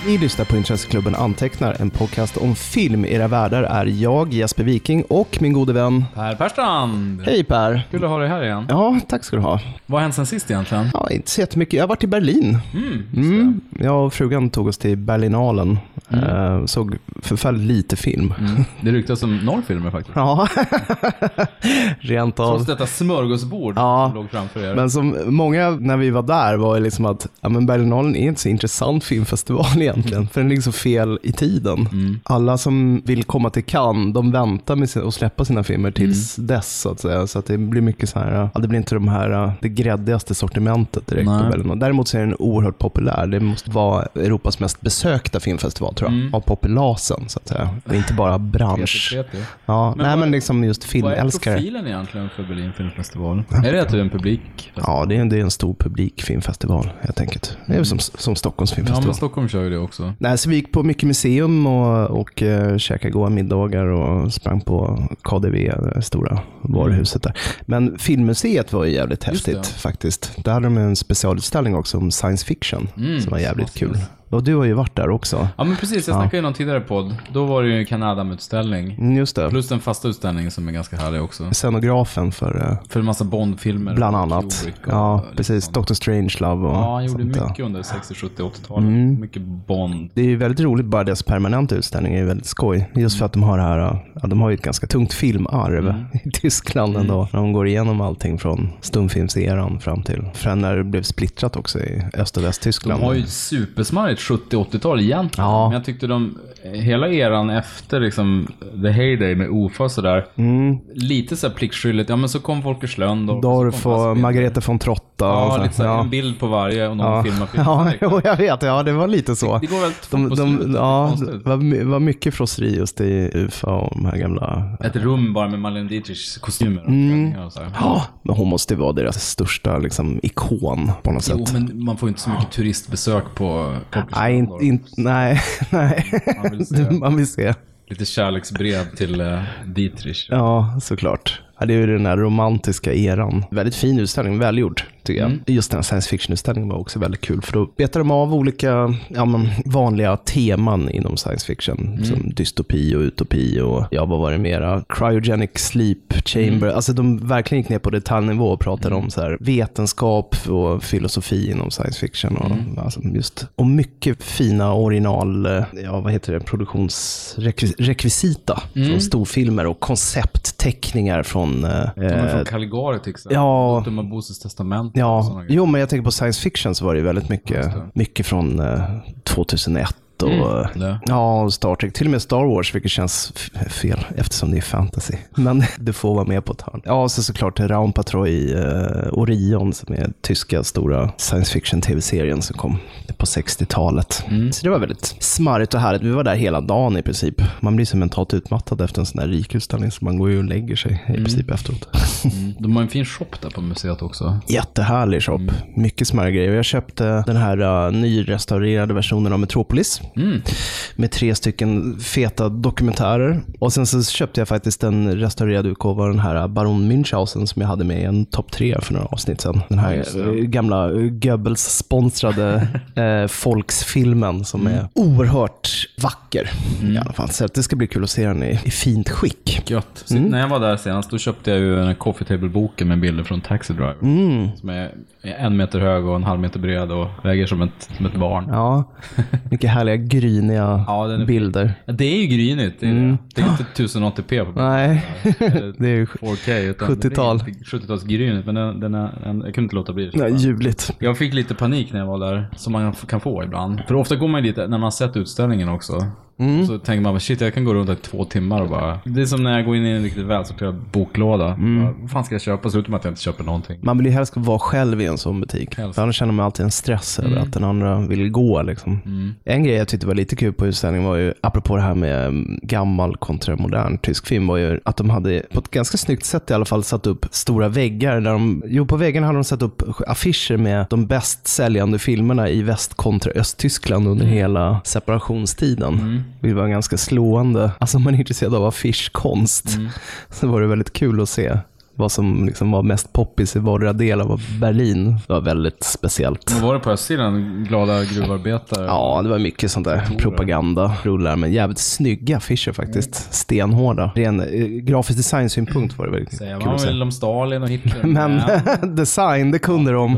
Ni lyssnar på Intresseklubben Antecknar, en podcast om film. Era värdar är jag, Jesper Viking, och min gode vän Per Perstrand. Hej Per. Kul att ha dig här igen. Ja, tack ska du ha. Vad har hänt sen sist egentligen? Ja, inte så jättemycket. Jag har varit i Berlin. Jag och frugan tog oss till Berlinalen. Såg förfärligt lite film. Det ryktas som 0 filmer faktiskt. Ja, rent av. Trots detta smörgåsbord som låg framför er. Men som många när vi var där var liksom att men Berlinalen är inte så intressant filmfestival egentligen. För den ligger så fel i tiden. Alla som vill komma till Cannes, de väntar med att släppa sina filmer tills dess så att säga. Så att det blir mycket så här, det blir inte de här det gräddigaste sortimentet direkt på Berlinalen. Däremot så är den oerhört populär. Det måste vara Europas mest besökta filmfestival tror jag. Av populasen så att säga. Och inte bara bransch. Ja, men liksom just filmälskare. Vad är profilen egentligen för Berlin Filmfestival? Är det att det är en publik? Ja, det är en stor publikfilmfestival helt enkelt. Det är som Stockholms filmfestival. Ja, men Stockholm kör ju det också. Nej, så vi gick på mycket museum och käkade goda middagar och sprang på KDV, det stora varuhuset där. Men filmmuseet var ju jävligt häftigt faktiskt. Där hade de en specialutställning också om science fiction som var jävligt kul. Och du har ju varit där också. Ja, men precis. Jag snackade ju någon tidigare podd. Då var det ju en Kanada-utställning. Just det. Plus den fasta utställningen som är ganska härlig också. Scenografen för en massa Bond-filmer. Bland annat. Ja, precis. Dr. Strangelove och ja, han gjorde mycket under 60, 70, 80-talet. Mycket Bond. Det är ju väldigt roligt, bara deras permanenta utställning är väldigt skoj. Just för att de har det här, de har ju ett ganska tungt filmarv i Tyskland ändå. När de går igenom allting från stumfilmseran fram till när det blev splittrat också i Öst- och Västtyskland. De har ju supersmarrigt 70-80-tal egentligen. Ja. Men jag tyckte hela eran efter liksom The Heyday med OFA och sådär, lite så här pliktskyldigt. Ja, men så kom Volker Schlöndorff. Dorf och Margareta von Trotta. Ja, lite så här, en bild på varje och någon filmar. Ja, jag vet. Ja, det var lite så. Det går väl det var mycket frosseri just i UFA och de här gamla... Ett rum bara med Marlene Dietrichs kostymer. Och så här. Ja, men hon måste vara deras största liksom, ikon på något sätt. Jo, men man får inte så mycket turistbesök på Nej. Man vill se. Lite kärleksbrev till Dietrich. Ja, såklart. Ja, det är ju den här romantiska eran. Väldigt fin utställning, välgjord tycker jag. Just den här science fiction-utställningen var också väldigt kul. För då betar de av olika vanliga teman inom science fiction. Som dystopi och utopi och vad var det mera? Cryogenic sleep chamber. Alltså de verkligen gick ner på detaljnivå och pratade om så här vetenskap och filosofi inom science fiction. Och, alltså och mycket fina original, produktionsrekvisita från storfilmer och konceptteckningar från från Caligari till exempel. Ja. De har Moses testament. Ja. Jo, men jag tänker på science fiction så var det väldigt mycket från 2001 och Star Trek, till och med Star Wars, vilket känns fel eftersom det är fantasy. Men du får vara med på ett hörn. Ja, så såklart Raumpatrouille Orion som är tyska stora science fiction tv-serien som kom på 60-talet. Så det var väldigt smarrigt och härligt. Vi var där hela dagen i princip. Man blir så mentalt utmattad efter en sån där rik utställning så man går ju och lägger sig i princip efteråt. De har en fin shop där på museet också. Jättehärlig shop. Mycket smarra grejer. Jag köpte den här nyrestaurerade versionen av Metropolis. Med 3 stycken feta dokumentärer. Och sen så köpte jag faktiskt en restaurerad utgåva av den här Baron Münchhausen som jag hade med i en topp 3 för några avsnitt sedan. Den här gamla Goebbels-sponsrade folksfilmen som är oerhört vacker i alla fall. Så det ska bli kul att se den i fint skick. Gött. När jag var där senast då köpte jag ju den här coffee table-boken med bilder från Taxi Driver. Som är 1 meter hög och 1,5 meter bred och väger som ett barn. Ja, mycket härliga gryniga bilder. Det är ju grynigt. Det är inte 1080p på bilden. Nej, det är ju 4K utan 70-tal. 70-talsgrynet, men jag kunde inte låta bli det. Nej, ljuvligt. Jag fick lite panik när jag var där, som man kan få ibland. För ofta går man dit när man har sett utställningen också. Så tänker man, shit, jag kan gå runt i 2 timmar och bara... Det är som när jag går in i en riktigt välsorterad boklåda. Vad fan ska jag köpa? Slutar med att jag inte köper någonting. Man vill ju helst vara själv i en sån butik. För annars känner man alltid en stress över att den andra vill gå liksom. En grej jag tyckte var lite kul på utställningen var ju, apropå det här med gammal kontra modern tysk film, var ju att de hade på ett ganska snyggt sätt i alla fall satt upp stora väggar där på väggen hade de satt upp affischer med de bäst säljande filmerna i Väst kontra Östtyskland under hela separationstiden. Det var ganska slående. Alltså om man är intresserad av affischkonst så var det väldigt kul att se vad som liksom var mest poppis i vardera del av Berlin. Det var väldigt speciellt. Men var det på östsidan glada gruvarbetare? Ja, det var mycket sånt där propaganda rullar, men jävligt snygga affischer faktiskt. Stenhårda. Ren grafisk designsynpunkt var det väl säger man väl om Stalin och Hitler. Men design, det kunde de.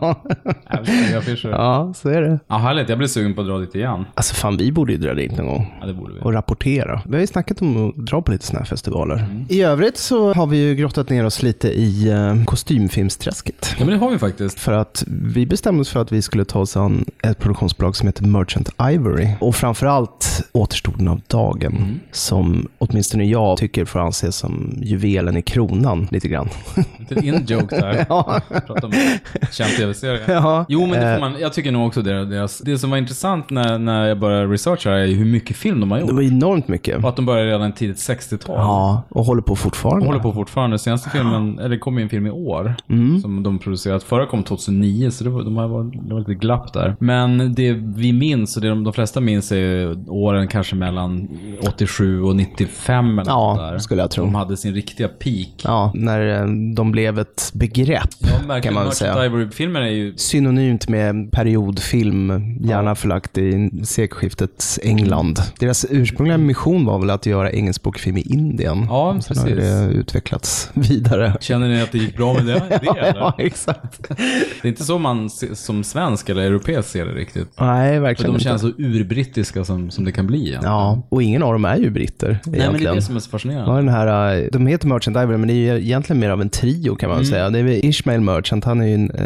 Ja, så är det. Ja, härligt. Jag blir sugen på att dra dit igen. Alltså fan, vi borde ju dra dit någon gång. Ja, det borde vi. Och rapportera. Vi har ju snackat om att dra på lite såna här festivaler. I övrigt så har vi ju grottat ner oss lite i kostymfilmsträsket. Ja, men det har vi faktiskt. För att vi bestämde oss för att vi skulle ta oss an ett produktionsbolag som heter Merchant Ivory. Och framförallt Återstoden av dagen. Som åtminstone jag tycker får anses som juvelen i kronan lite grann. Lite in-joke där. Ja. Prata om känd tv-serie. Ja. Jo, men det får man, jag tycker nog också det som var intressant när jag började researcha är hur mycket film de har gjort. Det var enormt mycket. Och att de började redan tidigt 60-tal. Ja, och håller på fortfarande. Senaste filmen, eller det kom en film i år som de producerat. Förra kom 2009, så det var lite glapp där. Men det vi minns, och det de flesta minns, är åren kanske mellan 87 och 95 eller där. Skulle jag tro. De hade sin riktiga peak. Ja, när de blev ett begrepp, kan man väl säga. Ivory-filmen är ju synonymt med periodfilm, gärna förlagt i sekelskiftets England. Deras ursprungliga mission var väl att göra engelskspråkig film i Indien. Ja, precis. Sen har det utvecklats vidare. Känner ni att det gick bra med det? Eller? Ja, exakt. Det är inte så man som svensk eller europeisk ser det riktigt. Nej, verkligen inte. För de känns så urbrittiska som det kan bli egentligen. Ja, och ingen av dem är ju britter egentligen. Nej, men det är det som är så fascinerande. Ja, den här, de heter Merchant Ivory, men det är ju egentligen mer av en trio, kan man säga. Det är Ishmael Merchant, han är ju en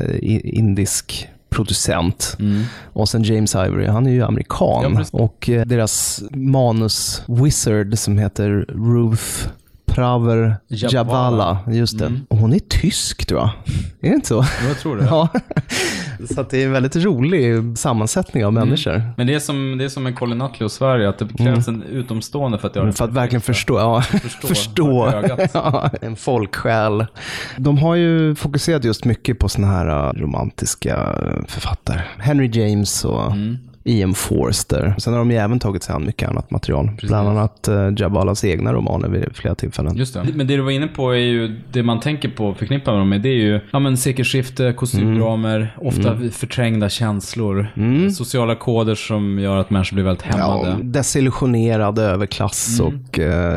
indisk producent. Och sen James Ivory, han är ju amerikan. Ja, och deras manus wizard som heter Ruth Praver Jabala, just det. Och hon är tysk, tror jag. Är det inte så? Jag tror det. Ja. Så att det är en väldigt rolig sammansättning av människor. Men det är som en Colin Nutley och Sverige, att det krävs en utomstående för att göra det. För att verkligen förstå. Ja. Förstå. Ja, en folksjäl. De har ju fokuserat just mycket på såna här romantiska författare. Henry James och E.M. Forster. Sen har de ju även tagit sig an mycket annat material. Precis. Bland annat Jabalas egna romaner vid flera tillfällen. Just det. Men det du var inne på är ju, det man tänker på, förknippar med dem med, det är ju sekelskifte, kostymdramer, ofta förträngda känslor, sociala koder som gör att människor blir väldigt hämmade. Ja, desillusionerad överklass och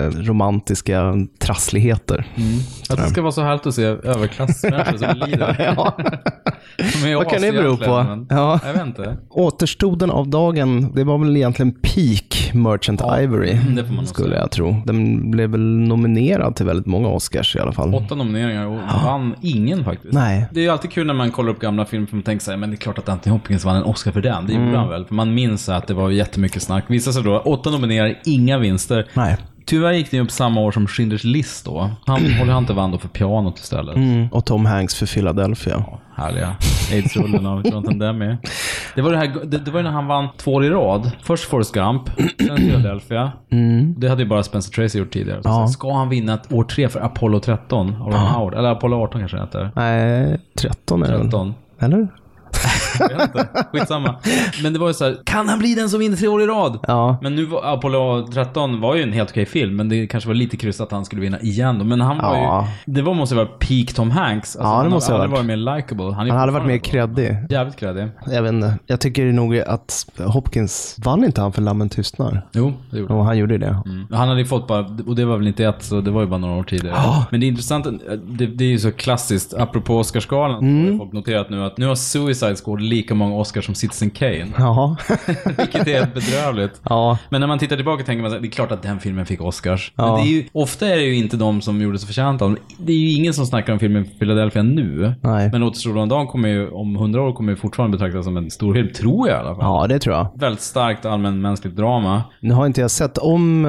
romantiska trassligheter. Att det ska vara så härligt att se överklassmänniskor som lider. Ja. Vad kan det bero på? Ja. Jag vet inte. Återstoden av dagen, det var väl egentligen peak Merchant Ivory, det får man skulle jag tro. Den blev väl nominerad till väldigt många Oscars i alla fall. 8 nomineringar och vann ingen faktiskt. Nej. Det är ju alltid kul när man kollar upp gamla filmer för man tänker sig, men det är klart att Anthony Hopkins vann en Oscar för den. Det gjorde han väl. För man minns att det var jättemycket snack. Visar sig då, 8 nominerade, inga vinster. Nej. Tyvärr gick det upp samma år som Schindler's List då. Han inte vann då för pianot istället. Och Tom Hanks för Philadelphia. Ja, härliga. AIDS-rullen av Jonathan Demme. Det var när han vann 2 år i rad. Först Forrest Gump, sen Philadelphia. Det hade ju bara Spencer Tracy gjort tidigare. Så ska han vinna år 3 för Apollo 13 av Ron Howard. Eller Apollo 18 kanske heter. Nej, 13 är det. 13. Eller? Jag vet inte. Skitsamma. Men det var ju så här, kan han bli den som vinner 3 år i rad? Ja. Men nu var Apollo 13 var ju en helt okej film, men det kanske var lite kryss att han skulle vinna igen då. Men han var ju, det måste vara peak Tom Hanks. Alltså, det måste han hade varit mer likable. Han hade varit mer kreddig. Jävligt kreddig. Jag vet inte. Jag tycker nog att Hopkins vann inte han för Lammen tystnar. Jo, det gjorde han. Och han gjorde det. Han hade ju fått bara, och det var väl inte ett, så det var ju bara några år tidigare. Men det är intressant, det är ju så klassiskt, apropå Oscarsgalan, har folk noterat nu att nu har Suicide Squad lika många Oscar som Citizen Kane. Ja. Vilket är bedrövligt. Ja. Men när man tittar tillbaka tänker man att det är klart att den filmen fick Oscars. Men det är ju, ofta är det ju inte de som gjorde så förtjänt av. Det är ju ingen som snackar om filmen Philadelphia nu. Nej. Men Återstoden av dagen kommer ju, om 100 år kommer ju fortfarande betraktas som en stor film, tror jag i alla fall. Ja, det tror jag. Väldigt starkt allmänmänskligt drama. Nu har inte jag sett om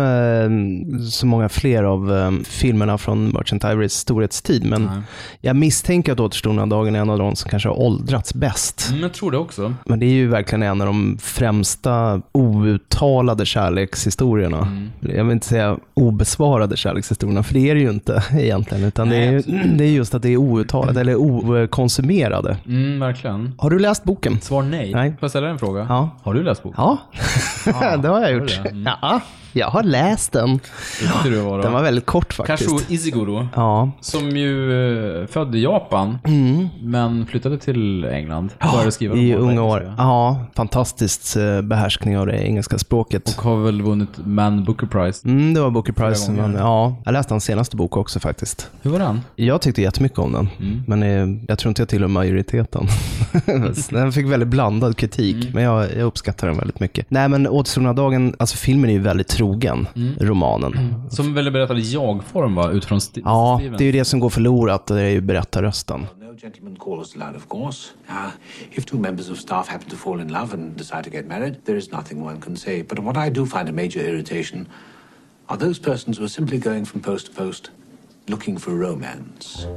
så många fler av filmerna från Merchant Ivorys storhetstid, men jag misstänker att Återstoden av dagen är en av de som kanske har åldrats bäst. Jag tror det också. Men det är ju verkligen en av de främsta outtalade kärlekshistorierna. Jag vill inte säga obesvarade kärlekshistorierna, för det är det ju inte egentligen, utan det är just att det är outtalat eller okonsumerade. Verkligen. Har du läst boken? Svar nej. Får jag ställa en fråga? Ja. Har du läst boken? Ja, det har jag gjort. Ja. Jag har läst den. Det var den var väldigt kort faktiskt. Kazuo Ishiguro, som ju född i Japan, men flyttade till England. Började skriva i unga år. Ja, fantastiskt behärskning av det engelska språket. Och har väl vunnit Man Booker Prize. Det var Booker Prize. Men, jag läste hans senaste bok också faktiskt. Hur var den? Jag tyckte jättemycket om den. Men jag tror inte jag tillhör majoriteten. Den fick väldigt blandad kritik. Men jag uppskattar den väldigt mycket. Nej, men Återståndardagen, alltså filmen är ju väldigt trogen romanen. Som väl berättade jag-form, va? Utifrån ja, det är ju det som går förlorat. Det är ju berättarrösten. No gentleman calls allowed, of course. If two members of staff happen to fall in love and decide to get married, there is nothing one can say. But what I do find a major irritation are those persons who are simply going from post to post looking for romance.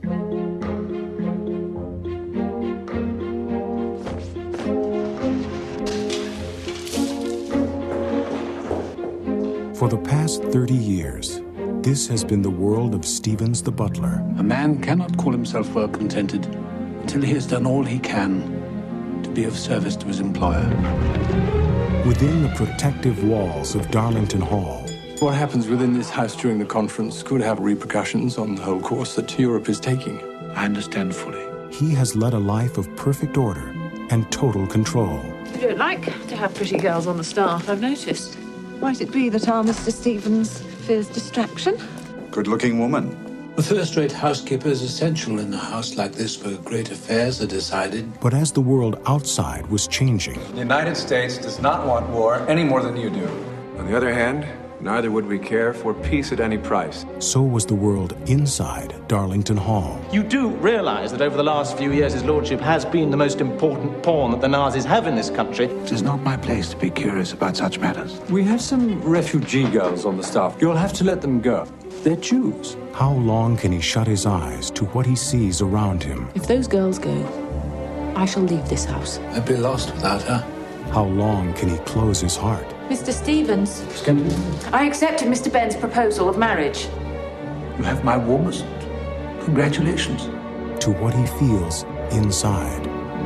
For the past 30 years, this has been the world of Stevens the butler. A man cannot call himself well contented until he has done all he can to be of service to his employer. Within the protective walls of Darlington Hall. What happens within this house during the conference could have repercussions on the whole course that Europe is taking. I understand fully. He has led a life of perfect order and total control. You don't like to have pretty girls on the staff, I've noticed. Might it be that our Mr. Stevens fears distraction? Good-looking woman. A first-rate housekeeper is essential in a house like this where great affairs are decided. But as the world outside was changing... The United States does not want war any more than you do. On the other hand, neither would we care for peace at any price. So was the world inside Darlington Hall. You do realize that over the last few years his lordship has been the most important pawn that the Nazis have in this country. It is not my place to be curious about such matters. We have some refugee girls on the staff. You'll have to let them go. They're Jews. How long can he shut his eyes to what he sees around him? If those girls go, I shall leave this house. I'd be lost without her. How long can he close his heart? Mr. Stevens, I accepted Mr. Benn's proposal of marriage. You have my warmest congratulations. To what he feels inside.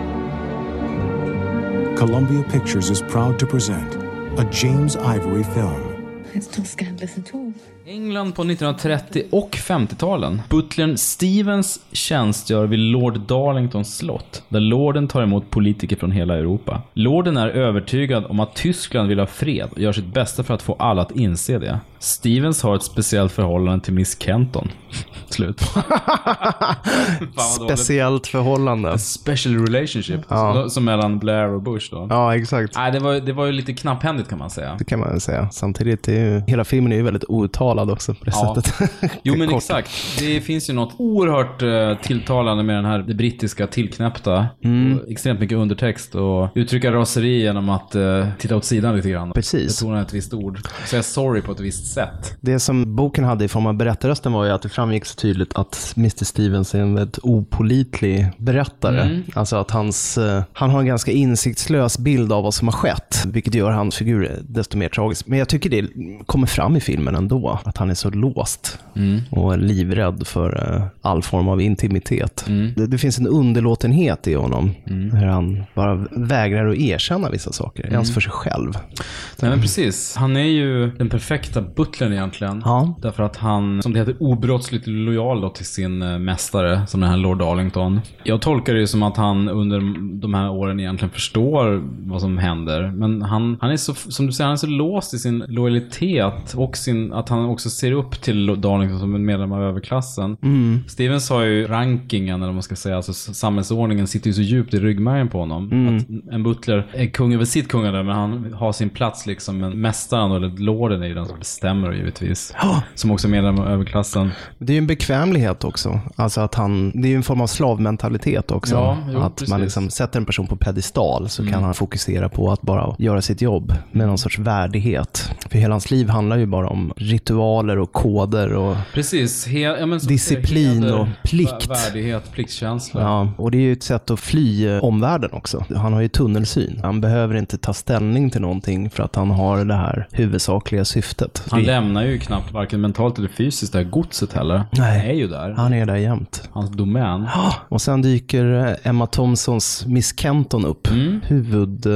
Columbia Pictures is proud to present a James Ivory film. It's not scandalous at all. England på 1930- och 50-talen. Butlern Stevens tjänstgör vid Lord Darlingtons slott, där lorden tar emot politiker från hela Europa. Lorden är övertygad om att Tyskland vill ha fred och gör sitt bästa för att få alla att inse det. Stevens har ett speciellt förhållande till Miss Kenton. Slut. Speciellt förhållande. A special relationship. Som mellan Blair och Bush då. Ja, exakt. Nej, det var ju lite knapphändigt kan man säga. Det kan man säga. Samtidigt är ju, hela filmen är ju väldigt outtalad också på det sättet. Jo, men exakt. Det finns ju något oerhört tilltalande med den här det brittiska tillknäppta. Och extremt mycket undertext och uttrycka raseri genom att titta åt sidan lite grann. Precis. Betona ett visst ord. Säga sorry på ett visst sätt. Det som boken hade i form av berättarrösten var ju att det framgick så tydligt att Mr. Stevens är en väldigt opålitlig berättare. Alltså att han har en ganska insiktslös bild av vad som har skett, vilket gör hans figur desto mer tragisk. Men jag tycker det kommer fram i filmen ändå, att han är så låst och livrädd för all form av intimitet. Det finns en underlåtenhet i honom, hur han bara vägrar att erkänna vissa saker, ens för sig själv. Nej, men precis. Han är ju den perfekta butlern egentligen. Ja. Därför att han, som det heter, obrottsligt lojal då till sin mästare, som den här Lord Darlington. Jag tolkar det som att han under de här åren egentligen förstår vad som händer. Men han är så, som du säger, han är så låst i sin lojalitet och att han också ser upp till Darlington som en medlem av överklassen. Stevens har ju rankingen, eller vad man ska säga, alltså samhällsordningen sitter ju så djupt i ryggmärgen på honom. Att en butler är kung över sitt kungadöme, men han har sin plats liksom, men mästaren eller lorden är ju den som bestämmer givetvis. Som också är medlem av överklassen. Det är ju en bekvämlighet också. Alltså att det är ju en form av slavmentalitet också. Ja, att precis. Man liksom sätter en person på pedestal så kan han fokusera på att bara göra sitt jobb med någon sorts värdighet. För hela hans liv handlar ju bara om ritualer och koder och precis. Disciplin och plikt. Värdighet, pliktkänsla. Ja, och det är ju ett sätt att fly omvärlden också. Han har ju tunnelsyn. Han behöver inte ta ställning till någonting för att han har det här huvudsakliga syftet. Han lämnar ju knappt varken mentalt eller fysiskt det här godset heller. Nej, han är ju där. Han är där jämt. Hans domän. Och sen dyker Emma Thompsons Miss Kenton upp.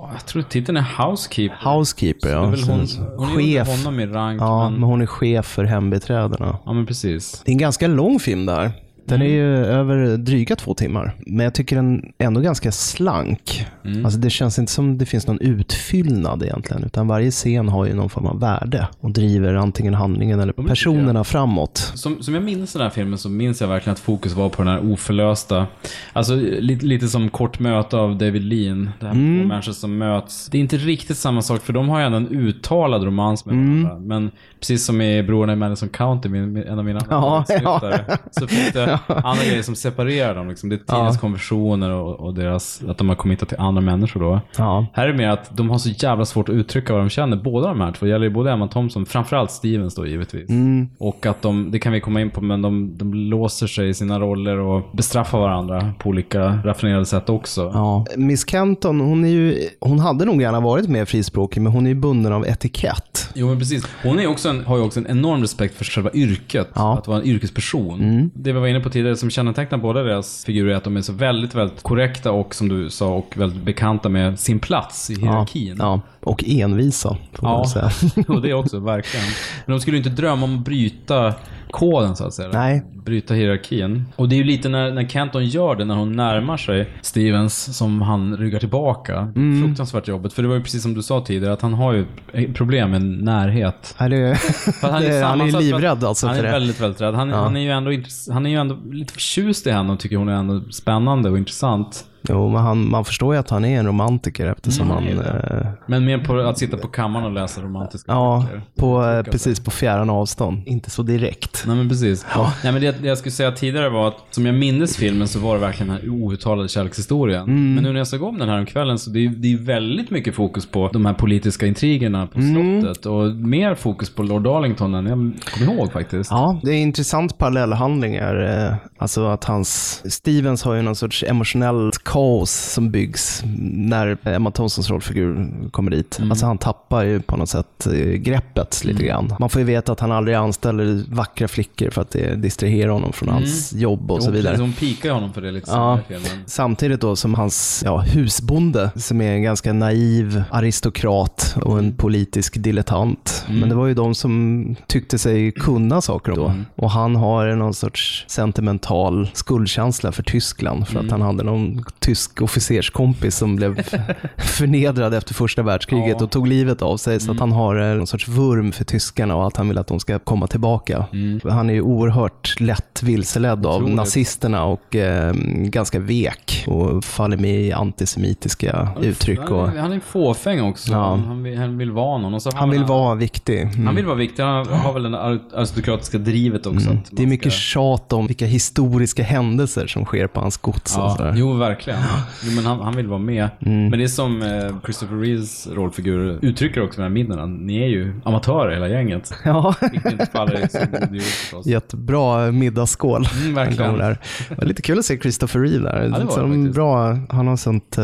Jag tror titeln är Housekeeper. Housekeeper, ja. Hon är chef. Honom i rank. Ja, men hon är chef för hembiträdena. Ja, men precis. Det är en ganska lång film där. Den är ju över dryga 2 timmar. Men jag tycker den är ändå ganska slank. Alltså det känns inte som det finns någon utfyllnad egentligen. Utan varje scen har ju någon form av värde. Och driver antingen handlingen eller personerna framåt. Som jag minns den här filmen så minns jag verkligen att fokus var på den här oförlösta. Alltså lite som Kort möte av David Lean. Det här med 2 människor som möts. Det är inte riktigt samma sak för de har ju ändå en uttalad romans med varandra. Men precis som i Brorna i Madison County, en av mina så finns det andra grejer som separerar dem. Liksom. Det är tidens konversioner och deras, att de har kommit till andra människor då. Ja. Här är det mer att de har så jävla svårt att uttrycka vad de känner. Båda de här två. Det gäller ju både Emma Thompson, framförallt Stevens då givetvis. Och att de, det kan vi komma in på, men de låser sig i sina roller och bestraffar varandra på olika raffinerade sätt också. Ja. Miss Kenton, hon hade nog gärna varit mer frispråkig, men hon är ju bunden av etikett. Jo, men precis. Hon är har ju också en enorm respekt för själva yrket. Ja. Att vara en yrkesperson. Det vi var inne på tidigare som kännetecknar båda deras figurer är att de är så väldigt, väldigt korrekta och som du sa, och väldigt bekanta med sin plats i hierarkin. Ja. Och envisa, får man säga. Och det också, verkligen. Men de skulle ju inte drömma om att bryta koden, så att säga. Nej. Bryta hierarkin. Och det är ju lite när Kenton gör det, när hon närmar sig Stevens, som han ryggar tillbaka. Fruktansvärt jobbet. För det var ju precis som du sa tidigare, att han har ju problem med närhet. Han är livrädd alltså. Han är väldigt, väldigt rädd. Han är ju ändå lite förtjust i henne och tycker hon är ändå spännande och intressant. Jo, men man förstår ju att han är en romantiker eftersom han... Men mer på att sitta på kammaren och läsa romantiska böcker. Precis på fjärran avstånd. Inte så direkt. Nej, men precis. Ja. Nej, men det jag skulle säga tidigare var att som jag minns filmen så var det verkligen den här outtalade kärlekshistorien. Men nu när jag såg om den här om kvällen så det är väldigt mycket fokus på de här politiska intrigerna på slottet. Och mer fokus på Lord Darlington än jag kommer ihåg faktiskt. Ja, det är intressant parallellhandlingar. Alltså att Stevens har ju någon sorts emotionell kaos som byggs när Emma Thompsons rollfigur kommer dit. Alltså han tappar ju på något sätt greppet lite grann. Man får ju veta att han aldrig anställer vackra flickor för att det distraherar honom från hans jobb och så vidare. Precis, hon pikar honom för det lite samtidigt då som hans husbonde som är en ganska naiv aristokrat och en politisk dilettant. Men det var ju de som tyckte sig kunna saker då. Och han har någon sorts sentimental skuldkänsla för Tyskland för att han hade någon tysk officerskompis som blev förnedrad efter första världskriget och tog livet av sig, så att han har en sorts vurm för tyskarna och att han vill att de ska komma tillbaka. Han är ju oerhört lätt vilseledd av nazisterna och ganska vek och faller med i antisemitiska uttryck. Han är fåfäng också. Han vill vara någon. Och så han vill vara viktig. Han vill vara viktig. Han har väl det aristokratiska drivet också. Det är mycket tjat om vilka historiska händelser som sker på hans gods. Jo, verkligen. Jo, men han vill vara med. Men det är som Christopher Reeves rollfigur uttrycker också med minnena. Ni är ju amatörer hela gänget. Ja. Vilket inte faller i jättebra middagsskål. Verkligen. Det var lite kul att se Christopher Reeve där. Ja, det var bra. Han har sånt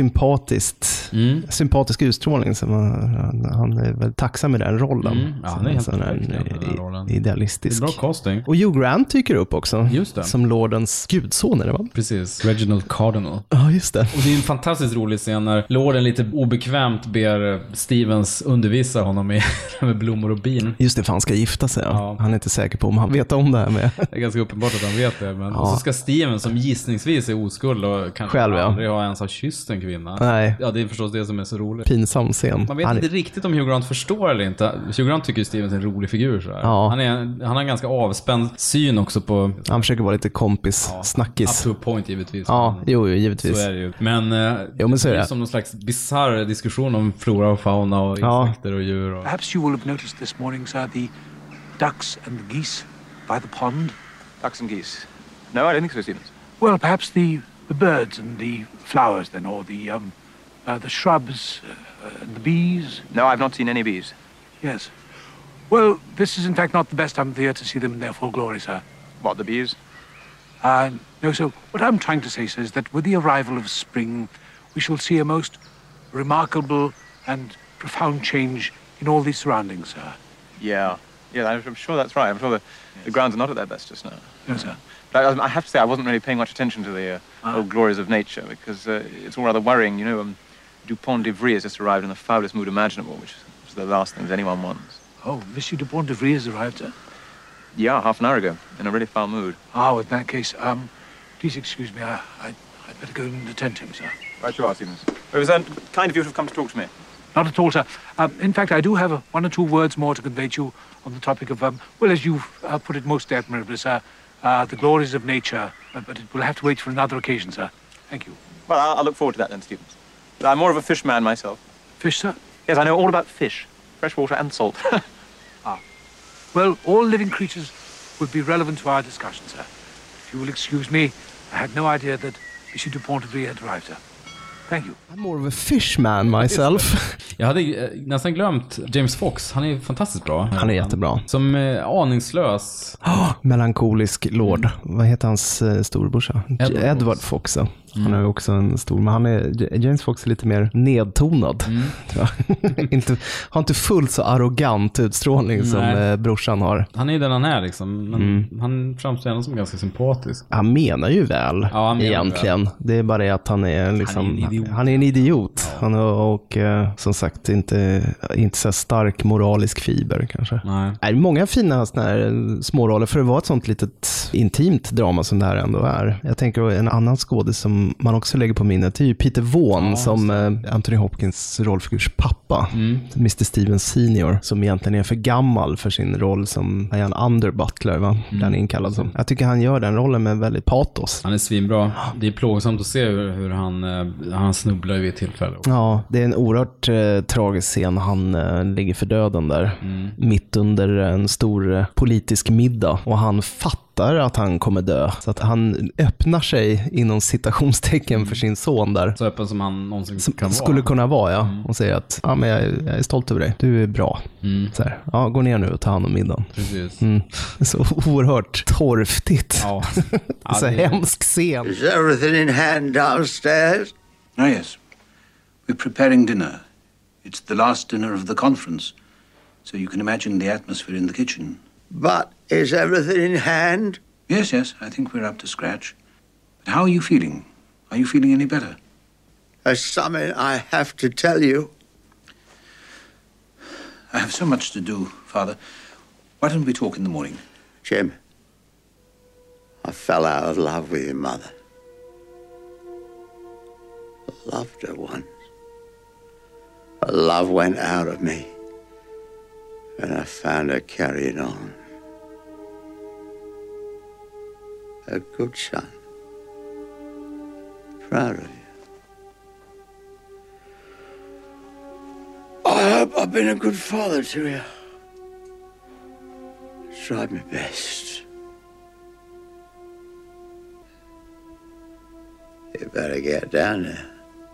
sympatisk utstrålning som han är väl tacksam med den rollen. Ja, han är helt perfekt idealistisk. Det är bra casting. Och Hugh Grant dyker upp också. Just det. Som Lordens gudson, är det va? Precis. Reginald Cardinal. Ja, just det. Och det är en fantastiskt rolig scen när Lorden lite obekvämt ber Stevens undervisa honom med blommor och bin. Just det, för han ska gifta sig. Ja. Han är inte säker på om han vet om det här med. Det är ganska uppenbart att han vet det. Men och så ska Stevens, som gissningsvis är oskuld och kanske aldrig ha ens ha kysst en kvinna. Nej. Ja, det är förstås det som är så roligt. Pinsam scen. Man vet inte riktigt om Hugh Grant förstår eller inte. Hugh Grant tycker Stevens är en rolig figur. Så ja. Han har en ganska avspänd syn också på... Han försöker vara lite kompis-snackis. Up to a point givetvis. Ja, jo, givetvis. Så är det ju. Men men så är det som någon slags bizarr diskussion om flora och fauna och insekter och djur. Och... Perhaps you will have noticed this morning, sir, the ducks and the geese by the pond. Ducks and geese? No, I don't think so, Stevens. Well, perhaps the birds and the flowers then, or the shrubs and the bees. No, I've not seen any bees. Yes. Well, this is in fact not the best time of the year to see them in their full glory, sir. What, the bees? No, so what I'm trying to say, sir, is that with the arrival of spring, we shall see a most remarkable and profound change in all these surroundings, sir. Yeah, I'm sure that's right. I'm sure the grounds are not at their best just now. No, sir. But I have to say I wasn't really paying much attention to the old glories of nature because it's all rather worrying, you know. Dupont de Vries has just arrived in the foulest mood imaginable, which is the last things anyone wants. Oh, Monsieur Dupont de Vries has arrived, sir? Yeah, half an hour ago, in a really foul mood. Oh, in that case, please excuse me. I'd better go and attend him, sir. Right you are, Stevens. It was kind of you to have come to talk to me. Not at all, sir. In fact, I do have one or two words more to convey to you on the topic of, well, as you've put it most admirably, sir, the glories of nature. But it will have to wait for another occasion, sir. Thank you. Well, I'll look forward to that then, Stevens. I'm more of a fish man myself. Fish, sir? Yes, I know all about fish. Fresh water and salt. Well, all living creatures would be relevant to our discussion, sir. If you will excuse me, I had no idea that Monsieur Dupont de Vries had arrived, sir. Thank you. I'm more of a fishman myself. Jag hade nästan glömt James Fox. Han är fantastiskt bra. Han är jättebra. Som aningslös. Melankolisk lord. Vad heter hans storbrorsa? Edward Fox. Han är också en stor, men James Fox är lite mer nedtonad. Har inte fullt så arrogant utstrålning som brorsan har. Han är den han är liksom, men han framstår ändå som ganska sympatisk. Han menar ju väl, egentligen. Väl. Det är bara det att han är liksom, han är en idiot. Ja. Han och som sagt inte så stark moralisk fiber kanske. Nej. Det är många fina såna här småroller för att vara ett sånt litet intimt drama som det här ändå är. Jag tänker en annan skådis som man också lägger på minnet är ju Peter Vaughan som Anthony Hopkins rollfigurs pappa. Mr. Stevens senior som egentligen är för gammal för sin roll som en underbutler, va? Den inkallad som. Jag tycker han gör den rollen med väldigt patos. Han är svinbra. Det är plågsamt att se hur han snubblar vid ett tillfälle. Ja, det är en oerhört tragisk scen. Han ligger för döden där. Mitt under en stor politisk middag och han fattar att han kommer dö. Så att han öppnar sig inom citationstecken för sin son där. Så öppen som han någonsin kan vara. Skulle kunna vara, ja. Och säger att men jag är stolt över dig. Du är bra. Så här, gå ner nu och ta hand om middagen. Precis. Så oerhört torftigt. Ja. Så hemsk scen. Is everything in hand downstairs? Oh, yes. We're preparing dinner. It's the last dinner of the conference. So you can imagine the atmosphere in the kitchen. But is everything in hand? Yes, I think we're up to scratch. But how are you feeling? Are you feeling any better? There's something I have to tell you. I have so much to do, Father. Why don't we talk in the morning? Jim, I fell out of love with your mother. I loved her once. But love went out of me. And I found her carrying on. A good son. Proud of you. I hope I've been a good father to you. Tried my best. You better get down there.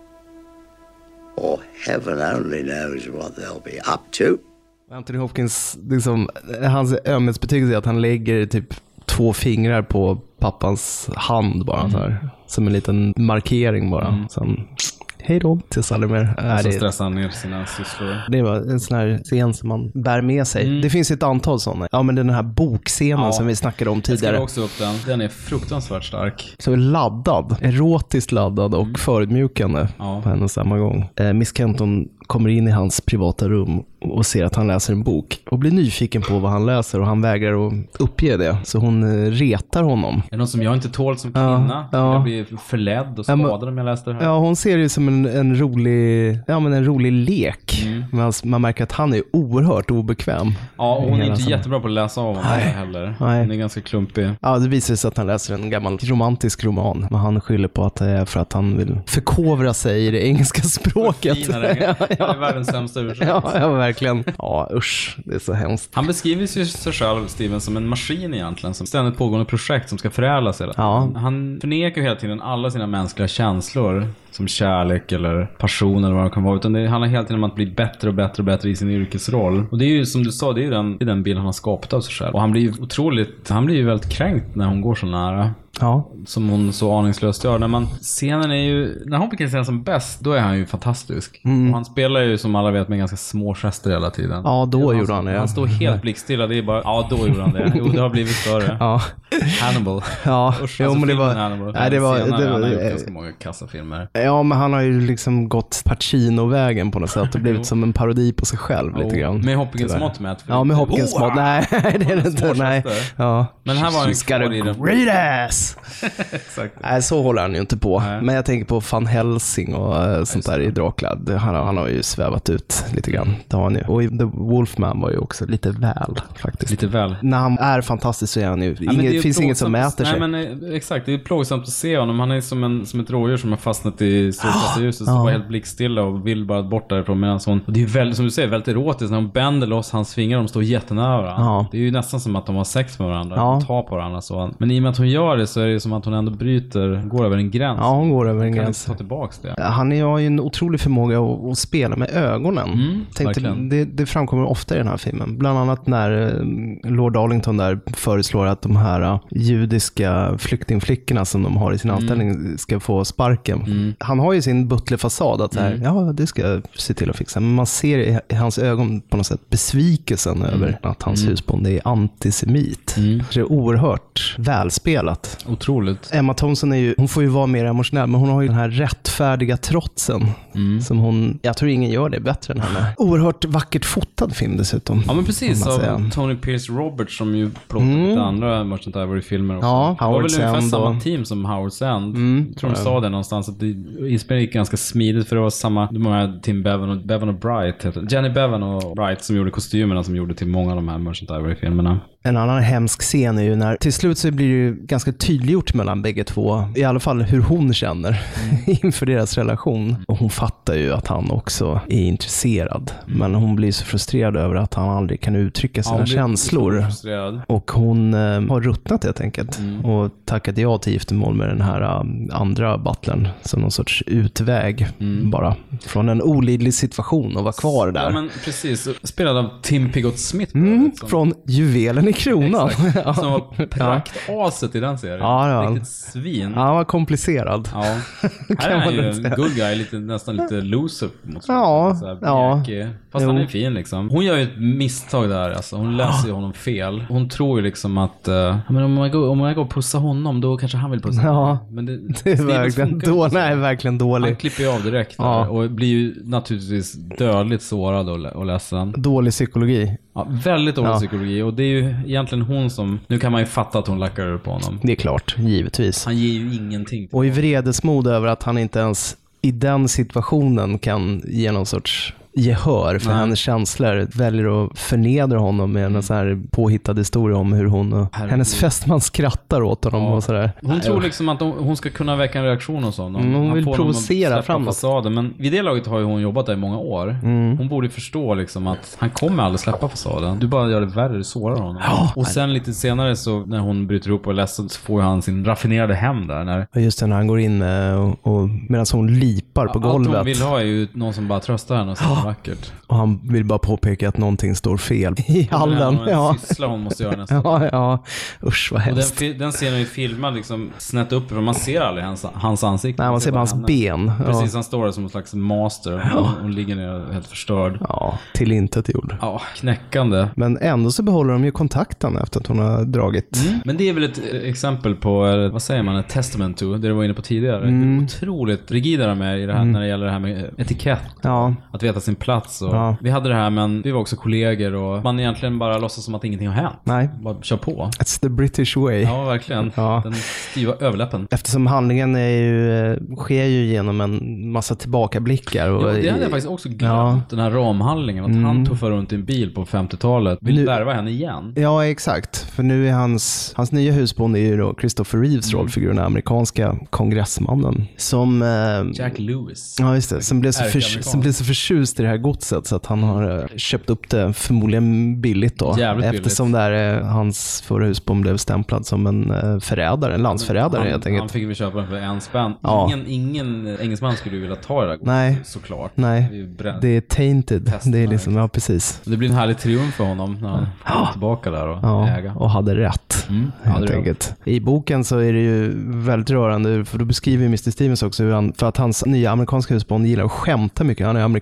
Or heaven only knows what they'll be up to. Anthony Hopkins, liksom, hans ömhetsbetygelse är att han lägger typ 2 fingrar på pappans hand bara så här, som en liten markering bara. Sen, hej då, tills aldrig mer. Så stressar han ner sina sysslor. Det var en sån här scen som man bär med sig. Det finns ett antal sådana. Ja, men den här bokscenen som vi snackade om tidigare. Jag skrev också upp den. Den är fruktansvärt stark. Så laddad. Erotiskt laddad och förödmjukande på en och samma gång. Miss Kenton kommer in i hans privata rum och ser att han läser en bok och blir nyfiken på vad han läser och han vägrar att uppge det. Så hon retar honom. Är det något som jag inte tål som kvinna? Jag blir förledd och skadad om jag läste det här. Ja, hon ser det som en rolig lek. Men man märker att han är oerhört obekväm. Ja, och hon är inte jättebra på att läsa av honom heller. Nej. Hon är ganska klumpig. Ja, det visar sig att han läser en gammal romantisk roman. Men han skyller på att det är för att han vill förkovra sig i det engelska språket. Det är världens sämsta ursäkt. Ja, verkligen. Ja, usch. Det är så hemskt. Han beskriver sig själv, Steven, som en maskin egentligen. Som ständigt pågående projekt som ska förädlas hela tiden. Ja. Han förnekar hela tiden alla sina mänskliga känslor. Som kärlek eller passion eller vad det kan vara. Utan det handlar hela tiden om att bli bättre och bättre och bättre i sin yrkesroll. Och det är ju som du sa, det är den bild han har skapat av sig själv. Och han blir ju väldigt kränkt när hon går så nära. Ja. Som hon så aningslöst gör. När Hopkins är som bäst, då är han ju fantastisk. Och han spelar ju som alla vet med ganska små gester hela tiden. Ja, då gjorde han det. Han står helt blickstilla, det är bara, ja, då gjorde han det. Jo, det har blivit större. Ja. Hannibal. Ja, Men det var... Hannibal. Nej, det var han har gjort ganska många kassafilmer. Ja, men han har ju liksom gått Pacino-vägen på något sätt och blivit som en parodi på sig själv lite grann. Med Hopkins mått med. Ja, med Hopkins mått. Nej, det är det inte. Nej. Ja. Men här var en great ass. Exakt. Nej, så håller han ju inte på. Nej. Men jag tänker på Van Helsing och sånt där i Dracula. Han har ju svävat ut lite grann. Det har han ju. Och The Wolfman var ju också lite väl faktiskt. Lite väl. När han är fantastisk så är han ju. Det finns inget som mäter sig. Nej, men exakt. Det är plågsamt att se honom. Han är som ett rådjur som har fastnat i strålkastarljuset så var helt blickstilla och vill bara bort därifrån medan hon... Och det är ju väldigt, som du säger, väldigt erotiskt när hon bänder loss hans fingrar. De står jättenära varandra. Ja. Det är ju nästan som att de har sex med varandra. Ja. De tar på varandra så. Men i och med att hon gör det så är det som att hon ändå går över en gräns. Ja, hon går över en gräns. Kan ta tillbaks det. Han har ju en otrolig förmåga att spela med ögonen. Det framkommer ofta i den här filmen. Bland annat när Lord Darlington där föreslår att de här judiska flyktingflickorna som de har i sin anställning ska få sparken. Han har ju sin butlerfasad att ja, det ska jag se till att fixa. Men man ser i hans ögon på något sätt besvikelsen över att hans husbonde är antisemit. Det är oerhört välspelat. Otroligt. Emma Thompson hon får ju vara mer emotionell, men hon har ju den här rättfärdiga trotsen som jag tror ingen gör det bättre än henne. Oerhört vackert fotad film dessutom. Ja, men precis, av Tony Pierce Roberts som ju plåtat lite andra Merchant Ivory-filmer också. Ja, det var väl ungefär samma team som Howard's End. Jag tror de sa det någonstans att det inspelningen gick ganska smidigt för det var samma, de här Tim Bevan och Bright heter. Jenny Bevan och Bright som gjorde kostymerna som gjorde till många av de här Merchant Ivory-filmerna. En annan hemsk scen är ju när till slut så blir det ju ganska tydliggjort mellan bägge två, i alla fall hur hon känner inför deras relation. Och hon fattar ju att han också är intresserad, men hon blir så frustrerad över att han aldrig kan uttrycka sina känslor. Och hon har ruttnat helt enkelt och tackat ja till giftermål med den här andra butlern som någon sorts utväg bara från en olidlig situation och vara kvar där. Ja, men precis. Spelad av Tim Pigott Smith. Från Juvelen i kronan. Ja. Som var praktaset i den serien. Ja. Riktigt svin. Ja, han var komplicerad. Ja. Här är han ju en good guy, nästan lite loser mot fast han är fin liksom. Hon gör ju ett misstag där alltså. Hon läser ju honom fel. Hon tror ju liksom att men om jag går och pussar honom då kanske han vill pussa mig. Men det är verkligen dåligt. Han klipper ju av direkt där, och blir ju naturligtvis dödligt sårad och ledsen. Dålig psykologi. Ja, väldigt dålig psykologi. Och det är ju egentligen hon som... Nu kan man ju fatta att hon lackar på honom. Det är klart, givetvis. Han ger ju ingenting. Och i vredesmod över att han inte ens i den situationen kan ge någon sorts gehör för hennes känslor, väljer att förnedra honom med en sån här påhittad historia om hur hon och hennes fästman skrattar åt honom och sådär. Hon tror liksom att hon ska kunna väcka en reaktion hos honom. Hon vill provocera framåt. Fasaden, men vid det laget har ju hon jobbat där i många år. Hon borde förstå liksom att han kommer aldrig släppa fasaden. Du bara gör det värre, du sårar honom. Och sen lite senare så när hon bryter ihop och är ledsen så får han sin raffinerade hem där. Just det, när han går in och medan hon lipar på golvet. Allt hon vill ha är ju någon som bara tröstar henne och så vackert. Och han vill bara påpeka att någonting står fel i hallen. Ja, syssla hon måste göra nästan. Ja. Usch vad hemskt. Och den scenen är filmad liksom snett upp, för man ser aldrig hans ansikte. Nej, man ser bara hans ben. Precis, han står där som en slags master. Hon ligger ner helt förstörd. Ja, till intet gjord. Ja, knäckande. Men ändå så behåller de ju kontakten efter att hon har dragit. Men det är väl ett exempel på, vad säger man, ett testament to, det du var inne på tidigare. Det är otroligt rigida de är i det här, när det gäller det här med etikett. Ja. Att veta sin plats. Och vi hade det här, men vi var också kollegor och man egentligen bara låtsas som att ingenting har hänt. Nej. Bara kör på. It's the British way. Ja, verkligen. Den styva överläppen. Eftersom handlingen sker ju genom en massa tillbakablickar. Och det hade jag faktiskt också glömt, den här ramhandlingen. Att han tuffar runt i en bil på 50-talet. Vill värva henne igen. Ja, exakt. För nu är hans nya husbond är ju då Christopher Reeves rollfigur, den amerikanska kongressmannen. Som... Jack Lewis. Ja, just det. Som blev så förtjust i det här godset så att han har köpt upp det förmodligen billigt då. Eftersom där hans förra husbond blev stämplad som en förrädare, en landsförrädare helt enkelt. Han fick vi köpa den för 1 spänn. Ingen engelsman skulle vilja ta det där godset. Nej. Såklart. Nej. Det är tainted. Det är liksom, ja precis. Det blir en härlig triumf för honom när han kommer tillbaka där och äga. Och hade rätt. Helt enkelt. I boken så är det ju väldigt rörande, för då beskriver Mr. Stevens också hur för att hans nya amerikanska husbond gillar att skämta mycket. Han är amerikansk.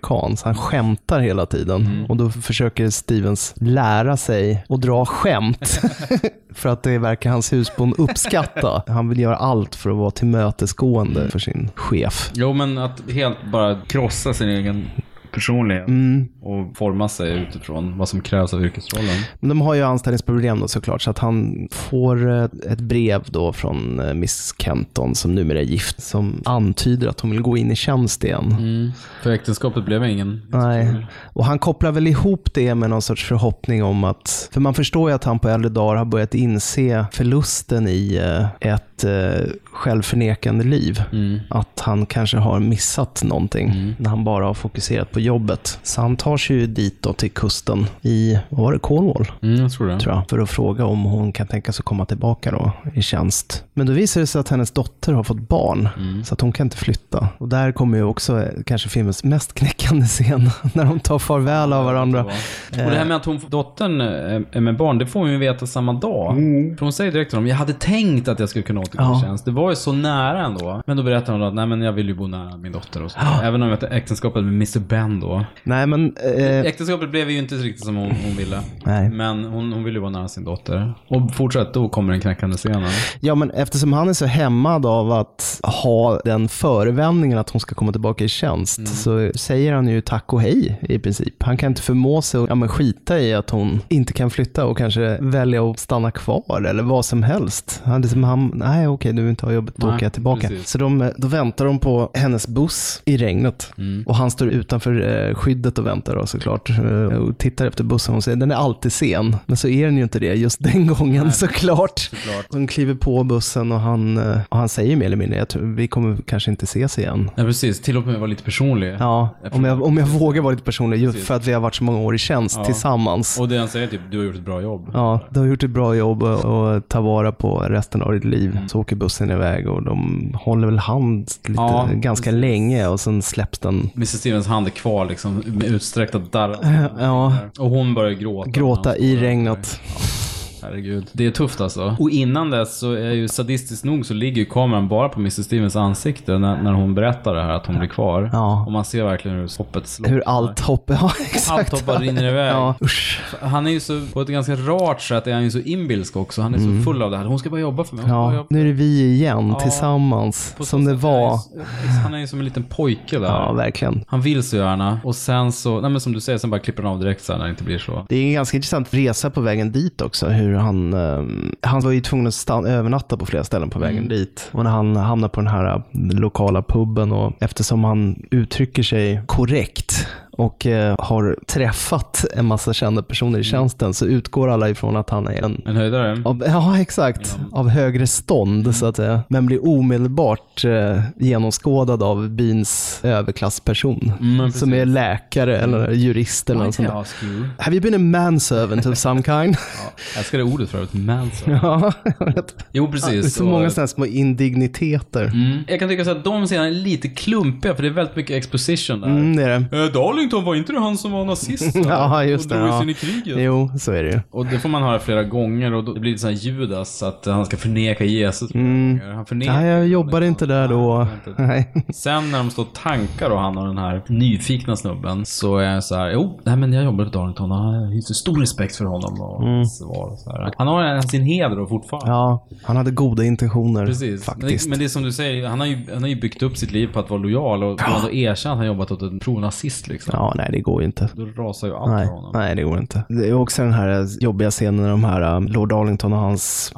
han skämtar hela tiden. Och då försöker Stevens lära sig att dra skämt. För att det verkar hans husbond uppskatta. Han vill göra allt för att vara tillmötesgående för sin chef. Jo, men att helt bara krossa sin egen personlighet och forma sig utifrån vad som krävs av yrkesrollen. Men de har ju anställningsproblem då såklart, så att han får ett brev då från Miss Kenton som numera är gift, som antyder att hon vill gå in i tjänst igen. För äktenskapet blev ingen. Nej, och han kopplar väl ihop det med någon sorts förhoppning om att, för man förstår ju att han på äldre dagar har börjat inse förlusten i ett självförnekande liv. Att han kanske har missat någonting när han bara har fokuserat på jobbet. Så han tar sig ju dit då till kusten i, vad var det, Cornwall? Jag tror det. Tror jag, för att fråga om hon kan tänka sig komma tillbaka då i tjänst. Men då visar det sig att hennes dotter har fått barn, så att hon kan inte flytta. Och där kommer ju också kanske filmens mest knäckande scen när de tar farväl av varandra. Och det här med att dottern är med barn, det får hon ju veta samma dag. För hon säger direkt till dem, jag hade tänkt att jag skulle kunna återgå i tjänst. Det var ju så nära ändå. Men då berättar hon att nej, men jag vill ju bo nära min dotter och så. Även om äktenskapet med Mr. Ben då. Nej, men äktenskapet blev ju inte riktigt som hon ville. Nej. Men hon ville ju vara nära sin dotter. Och fortsatt, då kommer den knäckande scenen. Ja, men eftersom han är så hämmad av att ha den förevändningen att hon ska komma tillbaka i tjänst, så säger han ju tack och hej i princip. Han kan inte förmå sig att skita i att hon inte kan flytta och kanske välja att stanna kvar eller vad som helst. Nej, okej, du vill inte ha jobbet, då åker jag tillbaka. Precis. Så då väntar de på hennes buss i regnet. Och han står utanför skyddet och väntar då, såklart. Och tittar efter bussen och säger, den är alltid sen. Men så är den ju inte det just den gången. Såklart. Hon kliver på bussen och han säger mer eller mindre, vi kommer kanske inte ses igen. Ja, precis. Tillåt mig att vara lite personlig. Ja, om jag vågar vara lite personlig, just för att vi har varit så många år i tjänst tillsammans. Och det han säger typ, du har gjort ett bra jobb. Ja, du har gjort ett bra jobb och ta vara på resten av ditt liv. Så åker bussen iväg och de håller väl hand ganska länge och sen släpps den. Mr. Stevens hand är kvar liksom med utsträckta darr. Ja. Och hon börjar gråta i regnet. Herregud. Det är tufft alltså. Och innan dess så är ju sadistiskt nog så ligger ju kameran bara på Mr. Stevens ansikte när hon berättar det här att hon blir kvar. Ja. Och man ser verkligen hur hoppet slår. Hur allt hopp, exakt. Allt hoppar rinner iväg. Ja. Han är ju så, på ett ganska rart sätt är han ju så inbilsk också. Han är så full av det här. Hon ska bara jobba för mig. Nu är det vi igen tillsammans. Som det var. Han är ju som en liten pojke där. Ja, verkligen. Han vill så gärna. Och sen så, nej men som du säger, sen bara klipper han av direkt så här när det inte blir så. Det är en ganska intressant resa på vägen dit också. Hur han var ju tvungen att övernatta på flera ställen på vägen dit. Och när han hamnar på den här lokala puben, och eftersom han uttrycker sig korrekt och har träffat en massa kända personer i tjänsten, så utgår alla ifrån att han är en höjdare. Ja, exakt. Av högre stånd så att säga. Men blir omedelbart genomskådad av byns överklassperson. Som är läkare eller jurist eller något sånt. Have you been a manservant of some kind? Jag älskar det ordet för att manservant. Ja, jag vet. Jo, precis. Det är så många sådana små indigniteter. Jag kan tycka så att de scenerna är lite klumpiga, för det är väldigt mycket exposition där. Det är det. Darlington, var inte det han som var nazist? Ja, just det. Och drog in i kriget. Jo, så är det ju. Och det får man höra flera gånger, och det blir lite så här Judas, att han ska förneka Jesus. Han förnekar. Nej, jag jobbade inte där då. Nej. Sen när de står tankar och han har den här nyfikna snubben, så är jag så här, men jag jobbar på Darlington, han hyser stor respekt för honom och så här. Han har sin heder då fortfarande. Ja, han hade goda intentioner. Precis. Faktiskt. Men det är som du säger, han har ju byggt upp sitt liv på att vara lojal, och han har erkänt att han jobbat åt en pro-nazist liksom. Ja, nej, det går ju inte. Då rasar ju allt för honom. Nej, det går inte. Det är också den här jobbiga scenen när de här Lord Darlington och hans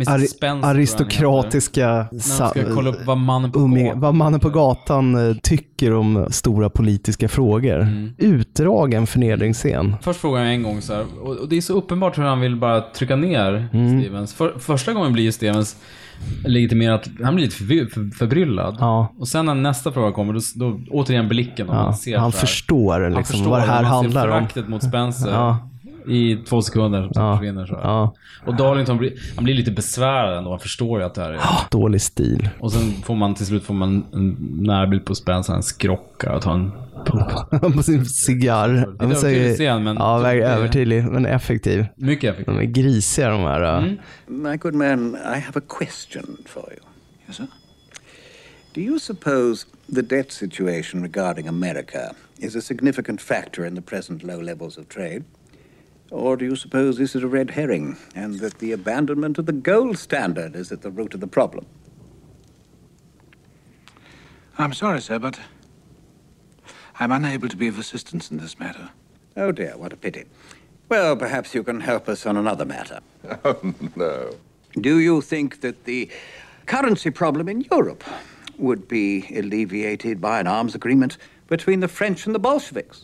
aristokratiska ska kolla upp vad mannen på gatan tycker om stora politiska frågor. Utdragen förnedringsscen. Först frågar jag en gång så här, och det är så uppenbart hur han vill bara trycka ner Stevens. Första gången blir Stevens legitimerat, han blir lite förbryllad. Ja. Och sen när nästa fråga kommer, då återigen blicken, och man ser han förstår liksom vad det här handlar om. Föraktet mot Spencer i 2 sekunder som försvinner så. Ja. Och Darlington blir lite besvärad ändå. Han förstår ju att det här är dålig stil. Och sen får man till slut en närbild på Spencer, en skrocka och ta en på sin cigarr. Det är övertydlig scen, men övertydlig, men effektiv. Mycket effektiv. De är grisiga de här. My good man, I have a question for you. Yes, sir? Do you suppose the debt situation regarding America is a significant factor in the present low levels of trade? Or do you suppose this is a red herring and that the abandonment of the gold standard is at the root of the problem? I'm sorry, sir, but I'm unable to be of assistance in this matter. Oh dear, what a pity. Well, perhaps you can help us on another matter. Oh, no. Do you think that the currency problem in Europe would be alleviated by an arms agreement between the French and the Bolsheviks?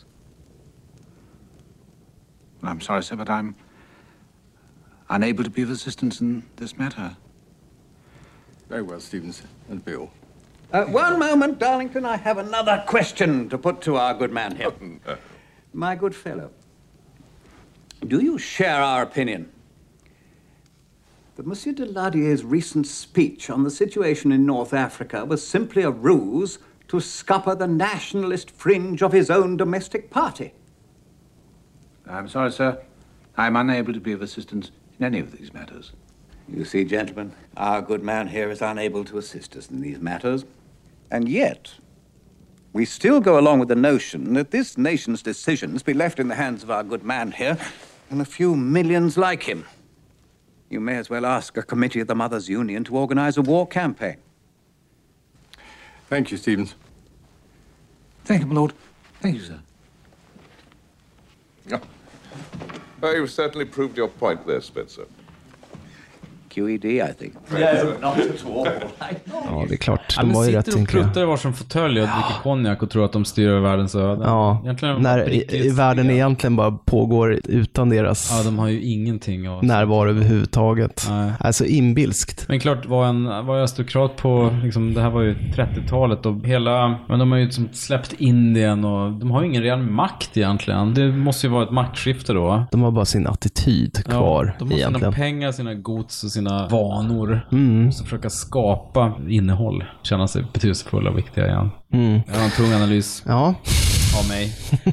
I'm sorry, sir, but I'm unable to be of assistance in this matter. Very well, Stevens and Bill. One moment, Darlington. I have another question to put to our good man here. Oh, no. My good fellow, do you share our opinion that Monsieur Deladier's recent speech on the situation in North Africa was simply a ruse to scupper the nationalist fringe of his own domestic party? I'm sorry, sir. I'm unable to be of assistance in any of these matters. You see, gentlemen, our good man here is unable to assist us in these matters. And yet, we still go along with the notion that this nation's decisions be left in the hands of our good man here and a few millions like him. You may as well ask a committee of the Mothers' Union to organize a war campaign. Thank you, Stevens. Thank you, my lord. Thank you, sir. Oh, you've certainly proved your point there, Spencer. QED, I think. Yeah, not at all. Ja, det är klart. Ja, De var ju rätt sitter och enkla. pluttar i varsin fåtölj och dricker konjak och tror att de styr över världens öden. Ja, när i världen egentligen bara pågår utan deras de har ju ingenting av närvaro överhuvudtaget. Nej. Alltså inbilskt. Men klart var en aristokrat på liksom, det här var ju 30-talet och men de har ju liksom släppt Indien och de har ju ingen reell makt egentligen. Det måste ju vara ett maktskifte då. De har bara sin attityd kvar de har egentligen. sina pengar, sina gods och sina vanor. Och så försöka skapa innehåll. Känna sig betydelsefulla och viktiga igen. Jag har en tung analys av mig.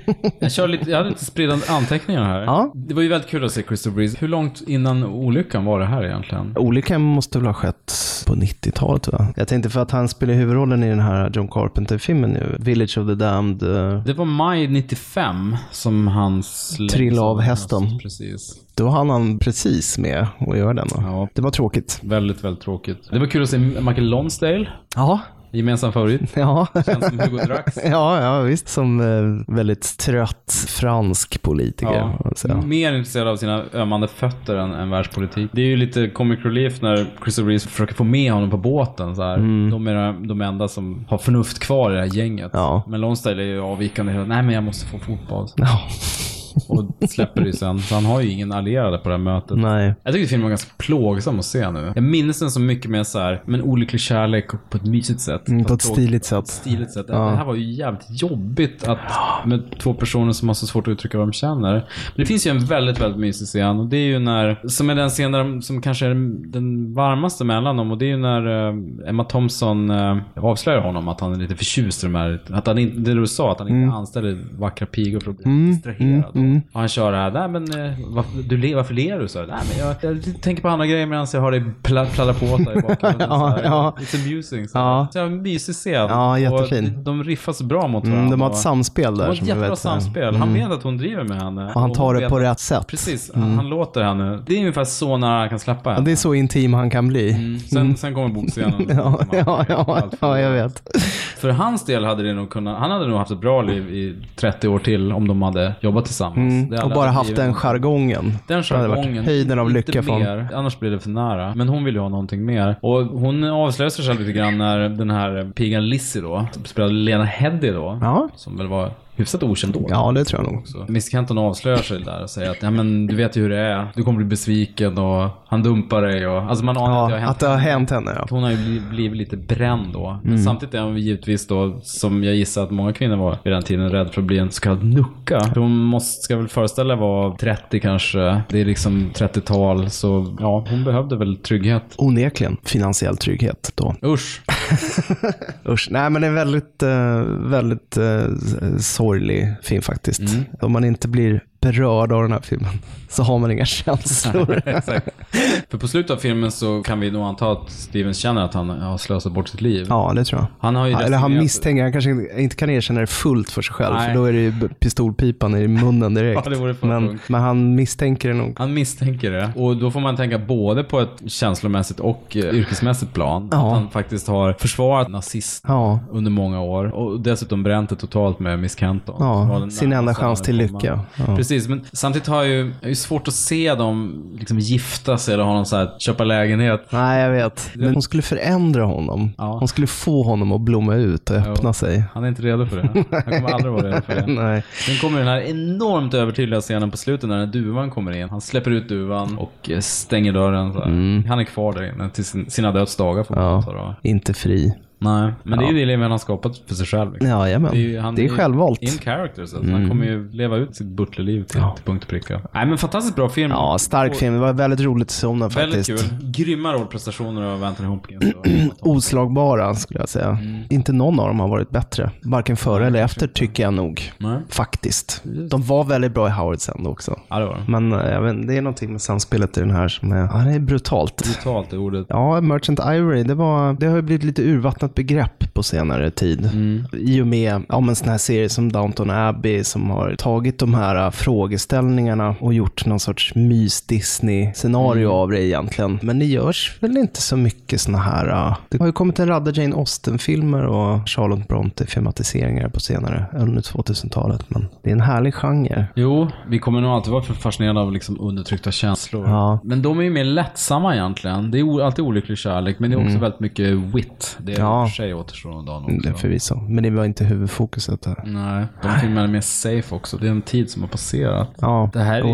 Jag hade lite spridda anteckningar här. Ja. Det var ju väldigt kul att se Christopher Reeve. Hur långt innan olyckan var det här egentligen? Olyckan måste väl ha skett på 90-talet, va? Jag tänkte för att han spelar huvudrollen i den här John Carpenter-filmen nu. Village of the Damned. Det var maj 95 som hans Trilla av hästen. Precis. Då hann han precis med att göra den. Ja. Det var tråkigt. Väldigt, väldigt tråkigt. Det var kul att se Michael Lonsdale. Ja. Gemensam favorit. Ja. Känns som Hugo Drax. Ja, visst. Som väldigt trött fransk politiker. Ja. Mer intresserad av sina ömmande fötter än världspolitik. Det är ju lite comic relief när Christopher Reeve försöker få med honom på båten. Så här. De är de enda som har förnuft kvar i det här gänget. Ja. Men Lonsdale är ju avvikande. Nej, men jag måste få fotboll. Ja. Och släpper det sen. Så han har ju ingen allierade på det här mötet. Nej. Jag tycker filmen var ganska plågsam att se nu. Jag minns den så mycket mer så här, men olycklig kärlek på ett mysigt sätt. På ett stiligt sätt. Ja. Det här var ju jävligt jobbigt att med två personer som har så svårt att uttrycka vad de känner. Men det finns ju en väldigt, väldigt mysig scen. Och det är ju när, som är den scen där, som kanske är den varmaste mellan dem. Och det är ju när Emma Thompson avslöjar honom att han är lite förtjust i de här. Att han inte, det du sa, att han inte anställer vackra pigor för att bli distraherad. Och han kör det här, nej men varför ler du så? Nej men jag tänker på andra grejer medan jag har dig pladdra på där i bakgrunden. It's amusing. Så det är en mysig scen. Ja, jättefin. Och de riffas bra mot varandra. De har ett samspel där. De har ett jättebra samspel. Han vet att hon driver med henne. Och han tar det på rätt sätt. Precis, han låter henne. Det är ungefär så när han kan släppa henne. Det är så intim han kan bli. Sen kommer bokscenen. Ja, jag vet. För hans del hade det nog kunnat, han hade nog haft ett bra liv i 30 år till om de hade jobbat tillsammans. Och bara haft den jargongen. Den jargongen. Höjden av lycka från. Annars blir det för nära. Men hon vill ju ha någonting mer. Och hon avslöjar sig själv lite grann när den här pigan Lizzie då spelade Lena Headey då. Ja. Som väl var hyfsat okänd då. Ja, det tror jag nog. Miss Kenton avslöjar sig där och säger att ja, men du vet ju hur det är. Du kommer bli besviken och han dumpar dig. Och, alltså man anar att det har hänt henne. Ja. Hon har ju blivit lite bränd då. Men samtidigt är hon givetvis då, som jag gissar att många kvinnor var vid den tiden, rädd för att bli en så kallad nucka. För hon ska väl föreställa vara 30 kanske. Det är liksom 30-tal. Så ja, hon behövde väl trygghet. Onekligen finansiell trygghet då. Usch. Usch. Nej, men det är väldigt sorglig film faktiskt. Om man inte blir berörd av den här filmen så har man inga känslor. Exakt. För på slutet av filmen så kan vi nog anta att Steven känner att han har slösat bort sitt liv. Ja, det tror jag. Han har ju eller han misstänker, han kanske inte kan erkänna det fullt för sig själv. Nej. För då är det ju pistolpipan i munnen direkt. Ja, det vore men han misstänker det nog. Han misstänker det. Och då får man tänka både på ett känslomässigt och yrkesmässigt plan. Ja. Att han faktiskt har försvarat nazist under många år. Och dessutom bränt det totalt med Miss Kenton. Ja, sin enda chans till lycka. Ja. Precis, men samtidigt har jag ju svårt att se dem liksom gifta sig eller ha någon så här, köpa lägenhet. Nej, jag vet. Men hon skulle förändra honom. Ja. Hon skulle få honom att blomma ut och öppna sig. Han är inte redo för det. Han kommer aldrig vara redo för det. Nej. Sen kommer den här enormt övertydliga scenen på slutet när den duvan kommer in. Han släpper ut duvan och stänger dörren. Så han är kvar där inne till sina dödsdagar. Får man ta då. Inte fri. Nej, men det är ju det livet han har skapat för sig själv. Liksom. Ja, jamen. Det är självvalt. In character, så han kommer ju leva ut sitt butlerliv till punkt och pricka. Nej, men fantastiskt bra film. Ja, stark film. Det var väldigt roligt att se om den faktiskt. Väldigt kul. Grymma rollprestationer av Anthony Hopkins. Oslagbara, skulle jag säga. Inte någon av dem har varit bättre. Varken före eller efter, tycker jag nog. Nej. Faktiskt. De var väldigt bra i Howard's End också. Ja, det var de. Men jag vet, det är någonting med samspelet i den här som är... Ja, det är brutalt. Brutalt är ordet. Ja, Merchant Ivory, det har ju blivit lite urvattnat begrepp på senare tid. I och med en sån här serie som Downton Abbey som har tagit de här frågeställningarna och gjort någon sorts mys-Disney-scenario av det egentligen. Men det görs väl inte så mycket såna här... Det har ju kommit en radda Jane Austen-filmer och Charlotte Bronte-filmatiseringar på senare, under 2000-talet. Men det är en härlig genre. Jo, vi kommer nog alltid vara fascinerade av liksom undertryckta känslor. Ja. Men de är ju mer lättsamma egentligen. Det är alltid olycklig kärlek, men det är också väldigt mycket wit. Det är för sig återstår någon dag också. Det är förvisso. Men det var inte huvudfokuset där. Nej, de filmerna är mer safe också. Det är en tid som har passerat. Ja, det här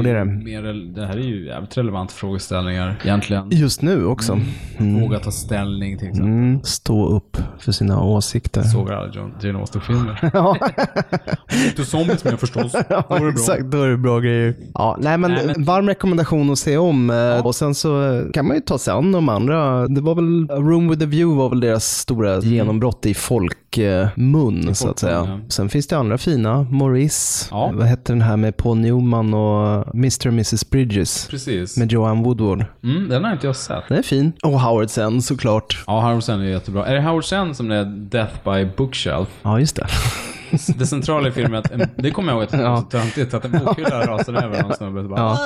är ju jävligt relevant frågeställningar egentligen. Just nu också. Våga ta ställning till exempel. Stå upp för sina åsikter. Såg alla Jane Austen-filmer. Ja. Inte zombies med förstås. Ja, då är det exakt, då är det bra grejer. Ja, men varm rekommendation att se om. Och sen så kan man ju ta sig an de andra. Det var väl A Room with a View var väl deras stora genombrott i folkmun så att säga. Ja. Sen finns det andra fina. Maurice. Ja. Vad heter den här med Paul Newman och Mr. och Mrs. Bridges? Precis. Med Joanne Woodward. Den har inte jag sett. Den är fin. Och Howard's End såklart. Ja, Howard's End är jättebra. Är det Howard's End som det är Death by Bookshelf? Ja, just det. Det centrala i filmen att det kommer jag ihåg att det var så töntigt att en bokhylla rasade över någon snubbe.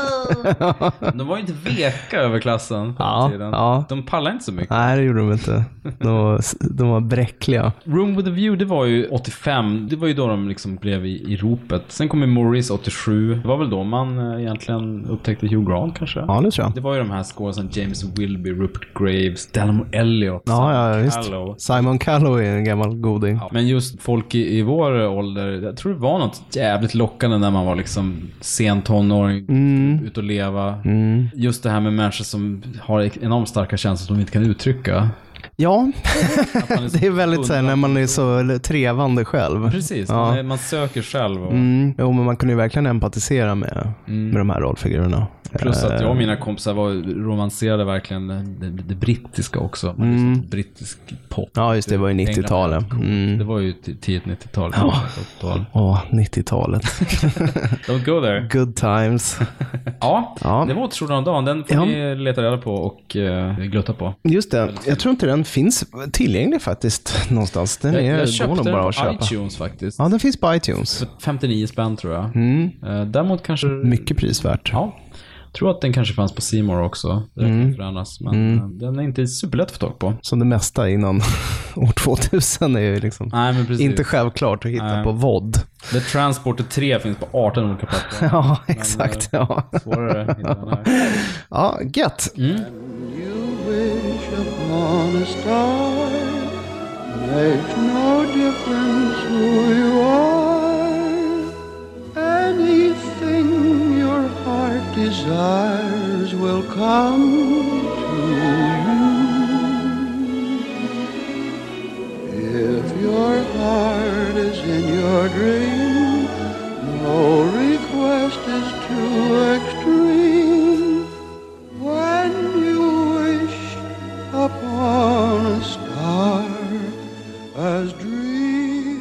De var ju inte veka över klassen på tiden. Ja. De pallade inte så mycket. Nej, det gjorde de inte. De var bräckliga. Room with a View, det var ju 85. Det var ju då de liksom blev i ropet. Sen kom ju Maurice 87. Det var väl då man egentligen upptäckte Hugh Grant kanske. Ja, det tror jag. Det var ju de här skådespelarna James Wilby, Rupert Graves, Delmo Elliot, Simon Callow är en gammal goding. Ja, men just folk i vår ålder, jag tror det var något jävligt lockande när man var liksom sen tonåring, ut och leva. Just det här med människor som har enormt starka känslor som de inte kan uttrycka. Ja, det är väldigt så här, när man är så trevande själv. Precis, man söker själv. Jo, men man kunde ju verkligen empatisera med de här rollfigurerna. Plus att jag och mina kompisar romanserade verkligen det brittiska också. Brittisk pop. Ja, just det, var ju 90-talet. Det var ju tidigt 90-tal. Ja, 90-talet. Don't go there. Good times. Ja, det var otroligt om dagen. Den får ni leta reda på och glutta på. Just det, jag tror inte den finns tillgänglig faktiskt någonstans. Jag köpte den på iTunes faktiskt. Ja, den finns på iTunes. För 59 spänn tror jag. Däremot kanske... Mycket prisvärt. Ja. Jag tror att den kanske fanns på C More också. Det kan förändras. Men den är inte superlätt att få tag på. Som det mesta innan år 2000 är ju liksom inte självklart att hitta på VOD. The Transporter 3 finns på 18 olika plattformar. Ja, exakt. Svårare att hitta den här. Ja, gött. On a star makes no difference who you are. Anything your heart desires will come to you. If your heart is in your dream, no request is too extreme. When you wish upon a star as dream. Ja,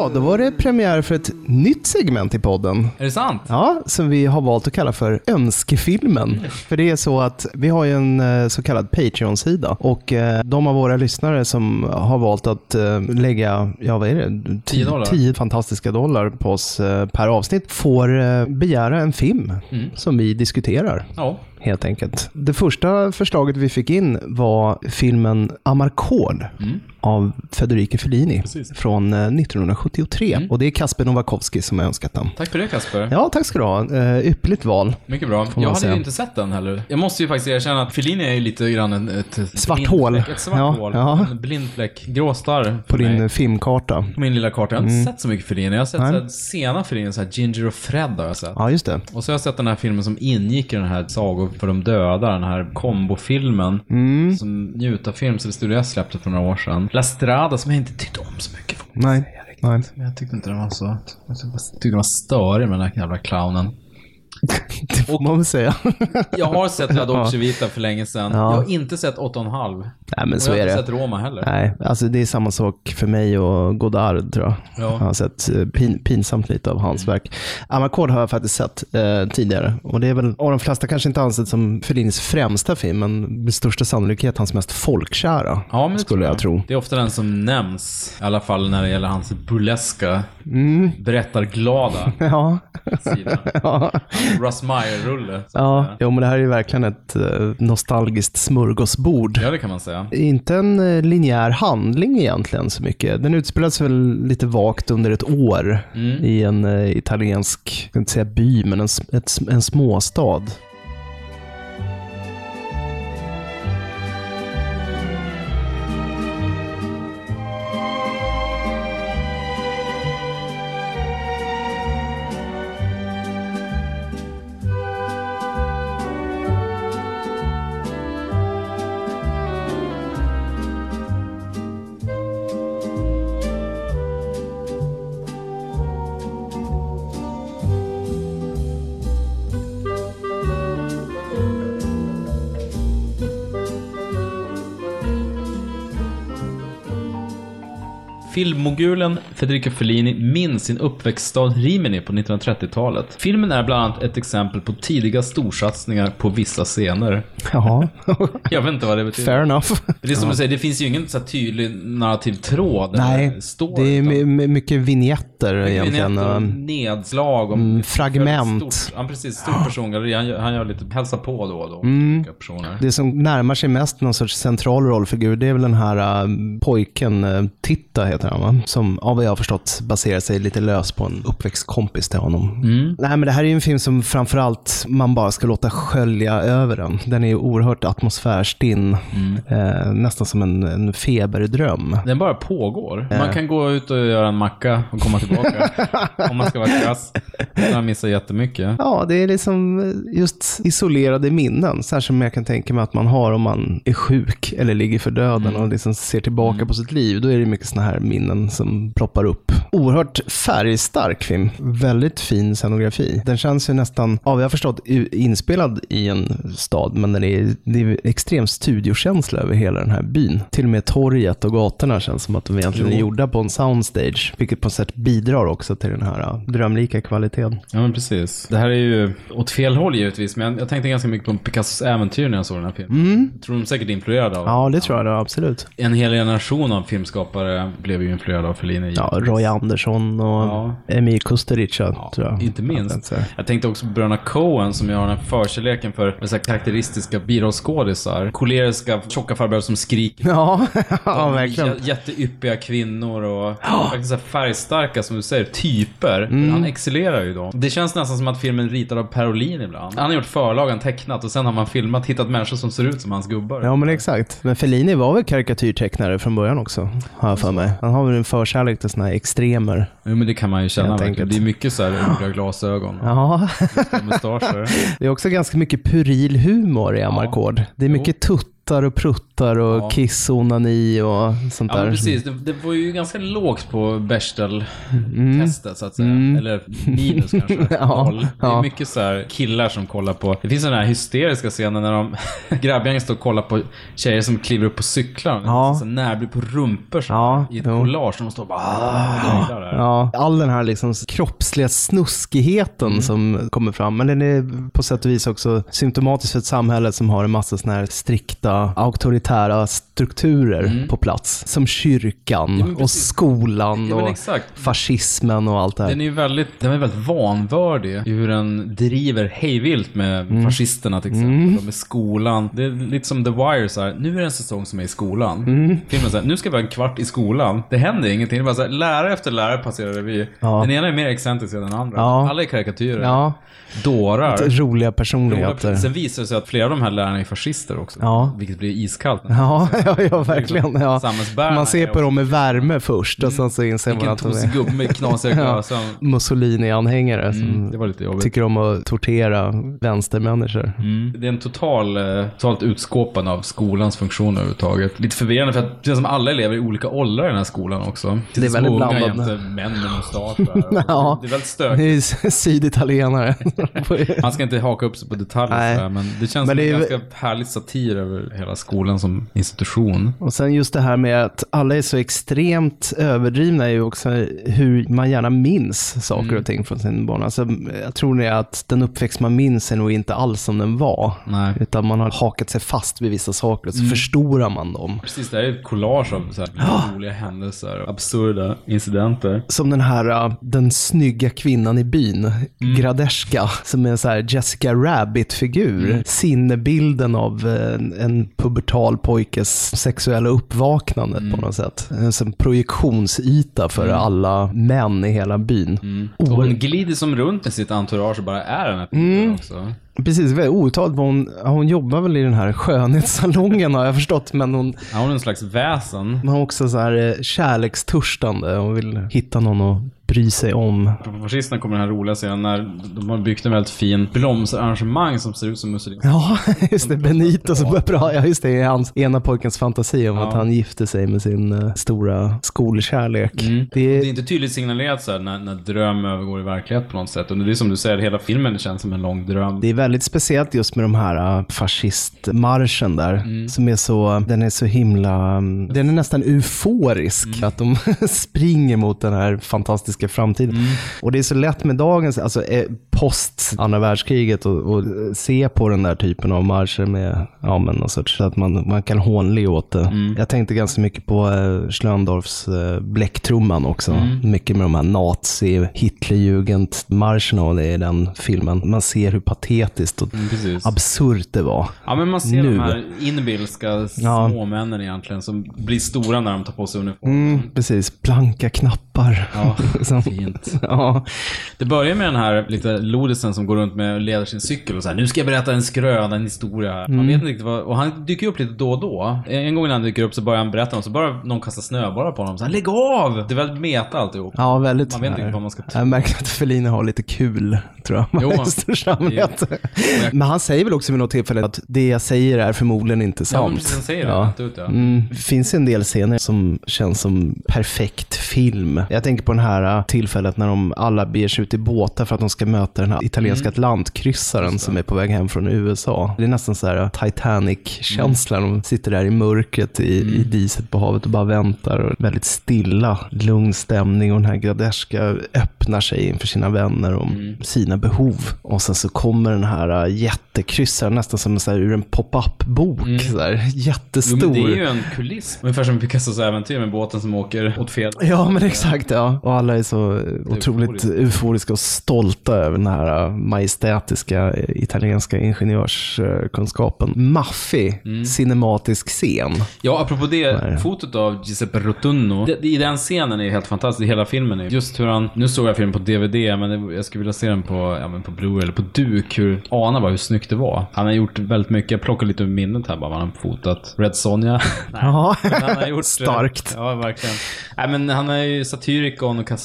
Ja, då var det premiär för ett nytt segment i podden. Är det sant? Ja, som vi har valt att kalla för önskefilmen. För det är så att vi har ju en så kallad Patreon-sida och de av våra lyssnare som har valt att lägga, ja vad är det? 10 fantastiska dollar på oss per avsnitt får begära en film som vi diskuterar. Ja. Helt enkelt. Det första förslaget vi fick in var filmen Amarcord av Federico Fellini från 1973. Och det är Kasper Nowakowski som har önskat den. Tack för det, Kasper. Ja, tack ska du ha. Ypperligt val. Mycket bra. Jag hade ju inte sett den heller. Jag måste ju faktiskt erkänna att Fellini är ju lite grann ett svart hål. Ett svart hål. Ja. En blindfläck. Gråstarr. På din filmkarta. På min lilla karta. Jag har inte sett så mycket Fellini. Jag har sett sena Fellini, så här Ginger och Fred har jag sett. Ja, just det. Och så har jag sett den här filmen som ingick i den här Sagor för de döda, den här kombofilmen som Njuta-film, så det Studio S släppte för några år sedan. La Strada, som jag inte tyckte om så mycket. Nej. Men jag tyckte inte den var så... Jag tyckte den var störig med den här jävla clownen. Det får man väl säga. Jag har sett La Dolce Vita för länge sedan. Jag har inte sett 8,5. Nej, men så jag är har det. Inte sett Roma heller. Nej, alltså det är samma sak för mig och Godard, tror jag. Ja. Jag har sett pinsamt lite av hans verk. Amarcord har jag faktiskt sett tidigare. Och det är väl, av de flesta kanske inte ansett som Fellinis främsta film, men med största sannolikhet hans mest folkkära, men skulle jag tro. Det är ofta den som nämns, i alla fall när det gäller hans burleska, berättarglada sida. Russ Meyer-rulle. Ja, men det här är ju verkligen ett nostalgiskt smörgåsbord. Ja, det kan man säga. Inte en linjär handling egentligen så mycket. Den utspelas väl lite vagt under ett år i en italiensk, jag kan inte säga by, men en småstad. Filmmogulen Federico Fellini minns sin uppväxtstad Rimini på 1930-talet. Filmen är bland annat ett exempel på tidiga storsatsningar på vissa scener. Jaha. Jag vet inte vad det betyder. Fair enough. Det är som du säger, det finns ju ingen så tydlig narrativ tråd. Nej, det är mycket vignetter egentligen. Vignetter och nedslag. Och fragment. Precis, stor person. Han gör lite hälsa på då och då. Personer. Det som närmar sig mest någon sorts central rollfigur, det är väl den här pojken Titta heter han, va? Som av vad jag har förstått baserar sig lite lös på en uppväxtkompis till honom. Nej, men det här är ju en film som framförallt man bara ska låta skölja över den. Den är ju oerhört atmosfärstinn. Nästan som en feberdröm. Den bara pågår. Man kan gå ut och göra en macka och komma tillbaka. Om man ska vara krass. Man missar jättemycket. Ja, det är liksom just isolerade minnen. Så här som jag kan tänka mig att man har om man är sjuk eller ligger för döden och liksom ser tillbaka på sitt liv. Då är det mycket såna här minnen som ploppar upp. Oerhört färgstark film. Väldigt fin scenografi. Den känns ju nästan, jag har förstått, inspelad i en stad, men det är extrem studiokänsla över hela den här byn. Till och med torget och gatorna känns som att de egentligen är gjorda på en soundstage, vilket på ett sätt bidrar också till den här drömlika kvaliteten. Ja, men precis. Det här är ju åt fel håll givetvis, men jag tänkte ganska mycket på Picassos äventyr när jag såg den här filmen. Tror de säkert influerad av. Ja, det tror jag då, absolut. En hel generation av filmskapare blev ju influerad av Fellini. Ja, Roy Andersson och Emil Kusturica, tror jag. Inte minst. Jag tänkte också på bröderna Coen som gör den här förkärleken för så här karaktäristiska birollskådisar. Koleriska, tjocka farbröder som skriker. Ja, verkligen. Jätteyppiga kvinnor och faktiskt så här färgstarka, som du säger, typer. Han excellerar ju då. Det känns nästan som att filmen ritar av Perolin ibland. Han har gjort förlagan, tecknat och sen har man filmat, hittat människor som ser ut som hans gubbar. Ja, men exakt. Men Fellini var väl karikatyrtecknare från början också, har jag för mig. Han har väl en förkärlek till såna här extremer. Jo, men det kan man ju känna verkligen. Det är mycket så här roliga glasögon. Det är också ganska mycket puril humor i Amarcord. Det är mycket tutt tuttar och pruttar och kissonani och sånt där. Ja, men precis. Det var ju ganska lågt på Bechdel-testet så att säga. Eller minus kanske. Noll. Det är mycket så här killar som kollar på. Det finns sådana här hysteriska scener när de grabbgängen står och kollar på tjejer som kliver upp på cyklar. Så närblir på rumpor så i ett collage som de står bara all den här liksom kroppsliga snuskigheten som kommer fram. Men den är på sätt och vis också symptomatisk för ett samhälle som har en massa såna här strikta auktoritära strukturer på plats. Som kyrkan och skolan och fascismen och allt det här. Den är väldigt vanvördig i hur den driver hejvilt med fascisterna till exempel. Och med skolan. Det är lite som The Wire så här. Nu är det en säsong som är i skolan. Filmen så här, nu ska vi ha en kvart i skolan. Det händer ingenting. Det är bara så här, lärare efter lärare passerar vi. Den ena är mer excentrisk än den andra. Alla är karikatyrer. Dårar. Roliga personligheter. Sen visar det sig att flera av de här lärarna är fascister också. Vilket blir iskallt. Ja, verkligen. Man ser på dem med värme först och sen så inser man att de är gubbe med knasiga glas. Mussolini-anhängare som det var lite jobbigt. Tycker om att tortera vänstermänniskor. Det är en totalt utskåpande av skolans funktion överhuvudtaget. Lite förvirrande för att det är som alla elever i olika åldrar i den här skolan också. Det är väldigt blandat. Män med mustasch. Det är väldigt stökigt. Det är syditalienare. Man ska inte haka upp sig på detaljer men det känns som en ganska härligt satir över hela skolan som institution. Och sen just det här med att alla är så extremt överdrivna är ju också hur man gärna minns saker och ting från sin barn. Alltså, jag tror det är att den uppväxt man minns är nog inte alls som den var. Nej. Utan man har hakat sig fast vid vissa saker och så förstorar man dem. Precis, det är ett collage av så här roliga händelser och absurda incidenter. Som den här, den snygga kvinnan i byn, Gradeshka, som är en så här Jessica Rabbit-figur. Sinnebilden av en pubertal pojkes sexuella uppvaknande på något sätt. En projektionsyta för alla män i hela byn. Och hon glider som runt med sitt entourage och bara är den här figuren också. Precis, väldigt outtalat. Hon jobbar väl i den här skönhetssalongen har jag förstått, men hon är en slags väsen. Men hon är också så här kärlekstörstande och vill hitta någon att bry sig om. På fascisterna kommer den här roliga scenen när de har byggt en väldigt fin blomsterarrangemang som ser ut som Mussolini. Ja, just det. Benito som är bra. Ja, just det. Det är hans ena pojkens fantasi om att han gifter sig med sin stora skolkärlek. Det är inte tydligt signalerat så här, när dröm övergår i verklighet på något sätt. Och det är som du säger, hela filmen känns som en lång dröm. Det är väldigt speciellt just med de här fascistmarschen där. Som är så, den är så himla, den är nästan euforisk. Att de springer mot den här fantastiska framtiden. Och det är så lätt med dagens, alltså post andra världskriget och se på den där typen av marscher med någon sorts, så att man kan hånle åt det. Jag tänkte ganska mycket på Schlöndorffs Bläcktrumman också. Mycket med de här Nazi-Hitlerjugend-marscherna och det är den filmen. Man ser hur patetiskt och absurt det var. Ja, men man ser de här inbilska småmännen egentligen som blir stora när de tar på sig uniformen. Precis, blanka knappar. Ja, fint. Det börjar med den här lite lodisen som går runt med och leder sin cykel och så här, nu ska jag berätta en skröna, en historia. Man vet inte riktigt vad, och han dyker upp lite då och då. En gång när han dyker upp så börjar han berätta och så börjar någon kasta snöbollar på honom. Så här, lägg av! Det är väldigt meta alltihop. Ja, väldigt. Man vet inte vad man ska tro. Jag märker att Fellini har lite kul, tror jag. Men han säger väl också vid något tillfälle att det jag säger är förmodligen inte sant. Ja, precis, han säger det. Det finns en del scener som känns som perfekt film. Jag tänker på den här tillfället när de alla beger sig ut i båtar för att de ska möta den här italienska atlantkryssaren som är på väg hem från USA. Det är nästan så här Titanic-känsla. De sitter där i mörkret i diset på havet och bara väntar. Och väldigt stilla, lugn stämning och den här Gradeshka öppnar sig inför sina vänner om sina behov. Och sen så kommer den här jättekryssaren nästan som så här, ur en pop-up-bok. Så här, jättestor. Jo, men det är ju en kuliss. Ungefär som Picassos äventyr med båten som åker åt fel. Ja, men exakt, ja. Och alla är så otroligt euforiska och stolta över den här majestätiska italienska ingenjörskunskapen. Maffig cinematisk scen. Ja, apropå det, fotot av Giuseppe Rotunno. I den scenen är helt fantastisk. Hela filmen är just hur han, nu såg jag filmen på DVD, men jag skulle vilja se den på Blu-ray eller på duk, ana hur snyggt det var. Han har gjort väldigt mycket, jag plockar lite ur minnet här bara, han har fotat Red Sonja. Ja, han har gjort starkt. Ja, verkligen. Nej, men han är ju satyrikon och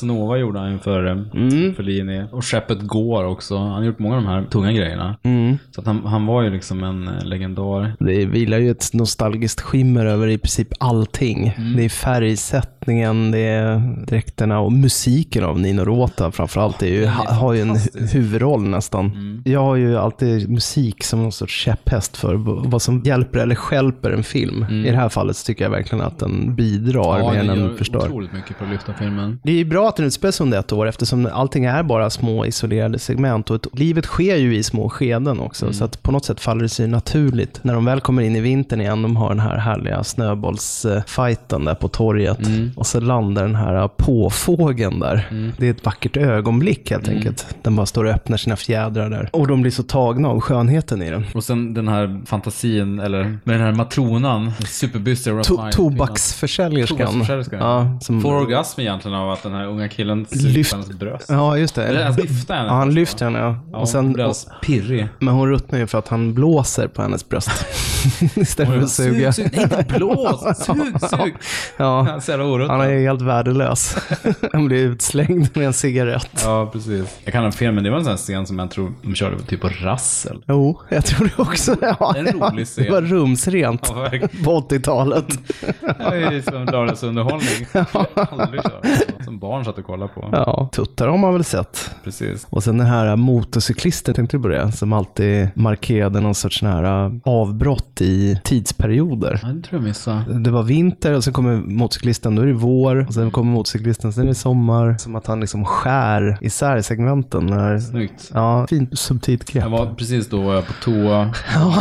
Casanova gjorde han för Fellini. Och Skeppet går också. Han har gjort många av de här tunga grejerna. Så att han var ju liksom en legendar. Det vilar ju ett nostalgiskt skimmer över i princip allting. Det är färgsättningen, det är dräkterna och musiken av Nino Rota framförallt. Det är ju, har ju en huvudroll nästan. Jag har ju alltid musik som någon sorts käpphäst för vad som hjälper eller stjälper en film. I det här fallet så tycker jag verkligen att den bidrar mer än den förstör. Otroligt mycket på att lyfta filmen. Det är bra att den utspelas under ett år eftersom allting är bara små isolerade segment och livet sker ju i små skeden också så att på något sätt faller det sig naturligt. När de väl kommer in i vintern igen, de har den här härliga snöbollsfighten där på torget och så landar den här påfågeln där. Det är ett vackert ögonblick helt enkelt. Den bara står och öppnar sina fjädrar där. Och de blir så tagna av skönheten i den. Och sen den här fantasin, eller med den här matronan, superbyster tobaksförsäljerskan. Ja, som får orgasm egentligen av att den här unga killen lyfter hennes bröst. Ja, just det. Eller lyfter henne. Ja, han lyfter henne, ja. Och sen blir pirrig. Men hon ruttnar ju för att han blåser på hennes bröst. Istället för att suga. Sug, inte blås. Sug. Ja, han är helt värdelös. Han blir utslängd med en cigarett. Ja, precis. Jag kan ha fel, men det var en sån här scen som jag tror de körde typ på Rassel. Jo, jag tror det också. Ja, en rolig scen. Det var rumsrent på 80-talet. Det är som lördagsunderhållning. Aldrig köra. Som barn satt och kollade på. Ja, tuttar har man väl sett. Precis. Och sen den här motorcyklisten, tänkte du på det? Som alltid markerade någon sorts sån här avbrott i tidsperioder. Ja, det tror jag missade. Det var vinter och sen kommer motorcyklisten, då är det vår. Och sen kommer motorcyklisten, sen är det sommar. Som att han liksom skär isär segmenten. När, snyggt. Ja, fint subtilt grepp. Jag var precis då på toa. Ja.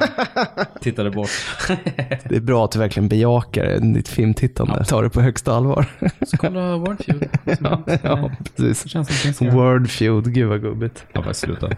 Tittade bort. Det är bra att du verkligen bejakar ditt filmtittande. Ja. Tar det på högsta allvar. Så kolla Wordfeud. Ja, precis. Wordfeud, gud vad gubbigt. Ja, bara sluta.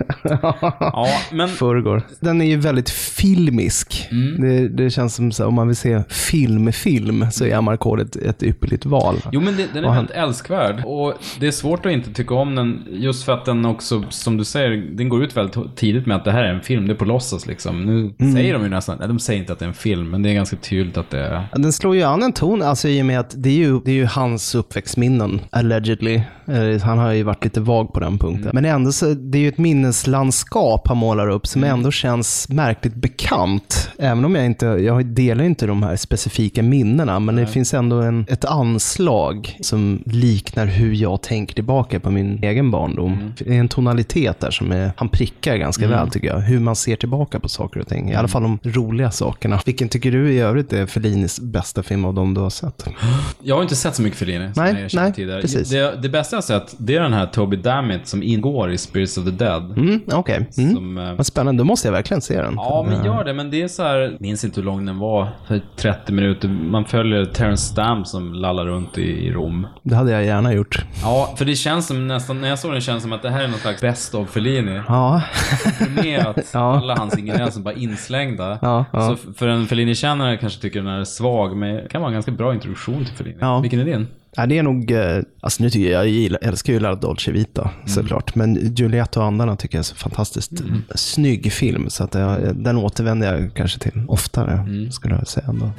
Ja, men förrgår. Den är ju väldigt filmisk. Det känns som så, om man vill se film så är Amarcord ett ypperligt val. Jo, men den är väldigt älskvärd. Och det är svårt att inte tycka om den just för att den också, som du säger, den går ut väldigt tidigt med att det här är en film. Det är på låtsas liksom. Nu säger de ju nästan, nej, de säger inte att det är en film, men det är ganska tydligt att det är. Den slår ju an en ton, alltså i och med att det är ju hans uppväxtminnen, allegedly. Han har ju varit lite vag på den punkten. Men ändå så, det är ju ett minneslandskap han målar upp som ändå känns märkligt bekant. Även om jag delar inte de här specifika minnena, men det finns ändå ett anslag som liknar hur jag tänker tillbaka på min egen barndom. Det är en tonalitet där som han prickar ganska väl tycker jag. Hur man ser tillbaka på saker och ting. I alla fall de roliga sakerna. Vilken tycker du i övrigt är Fellinis bästa film av dem du har sett? Jag har inte sett så mycket Fellini. Nej, precis. Det bästa jag har sett, det är den här Toby Dammit som ingår i Spirits of the Dead. Okej. Vad spännande, då måste jag verkligen se den. Ja, men gör det. Men det är så här, minns inte hur lång den var. För 30 minuter. Man följer Terence Stamp som lallar runt i Rom. Det hade jag gärna gjort. Ja, för det känns som nästan, när jag såg den känns som att det här är någon slags best of Fellini. Ja. Med att alla hans ingredienser bara inslängda. Ja. Så för en Fellini-kännare kanske tycker den är svag, men det kan vara en ganska bra introduktion till Fellini. Ja. Vilken är din? Ja, det är nog, alltså nu tycker jag älskar ju La Dolce Vita såklart, men Juliette och andarna tycker jag är så fantastiskt snygg film, så att den återvänder jag kanske till oftare, skulle jag säga ändå.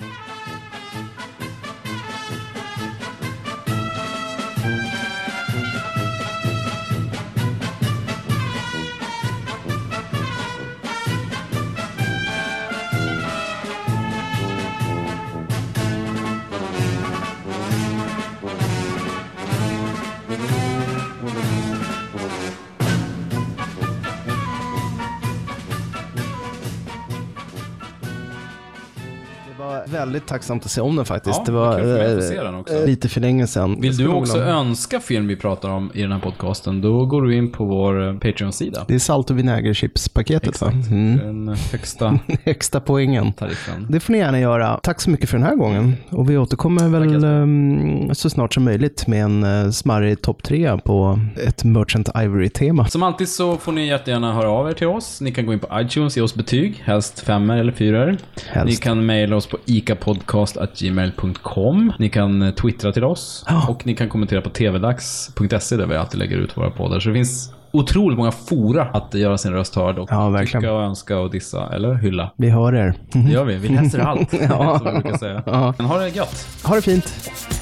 Väldigt tacksamt att se om den faktiskt. Ja, det var se den också. Lite för länge sedan. Vill du också önska film vi pratar om i den här podcasten, då går du in på vår Patreon-sida. Det är salt- och vinägerchips-paketet. Den högsta poängen. Tariffen. Det får ni gärna göra. Tack så mycket för den här gången. Och vi återkommer väl så snart som möjligt med en smarrig topp 3 på ett Merchant Ivory-tema. Som alltid så får ni jättegärna höra av er till oss. Ni kan gå in på iTunes, ge oss betyg, helst 5 eller 4. Ni kan mejla oss på ikapodcast@gmail.com. Ni kan twittra till oss och ni kan kommentera på tvdags.se där vi alltid lägger ut våra poddar. Så det finns otroligt många fora att göra sin röst hörd och tycka och önska och dissa eller hylla. Vi hör er. Det gör vi. Vi läser allt, som jag brukar säga. Men ha det gött. Ha det fint.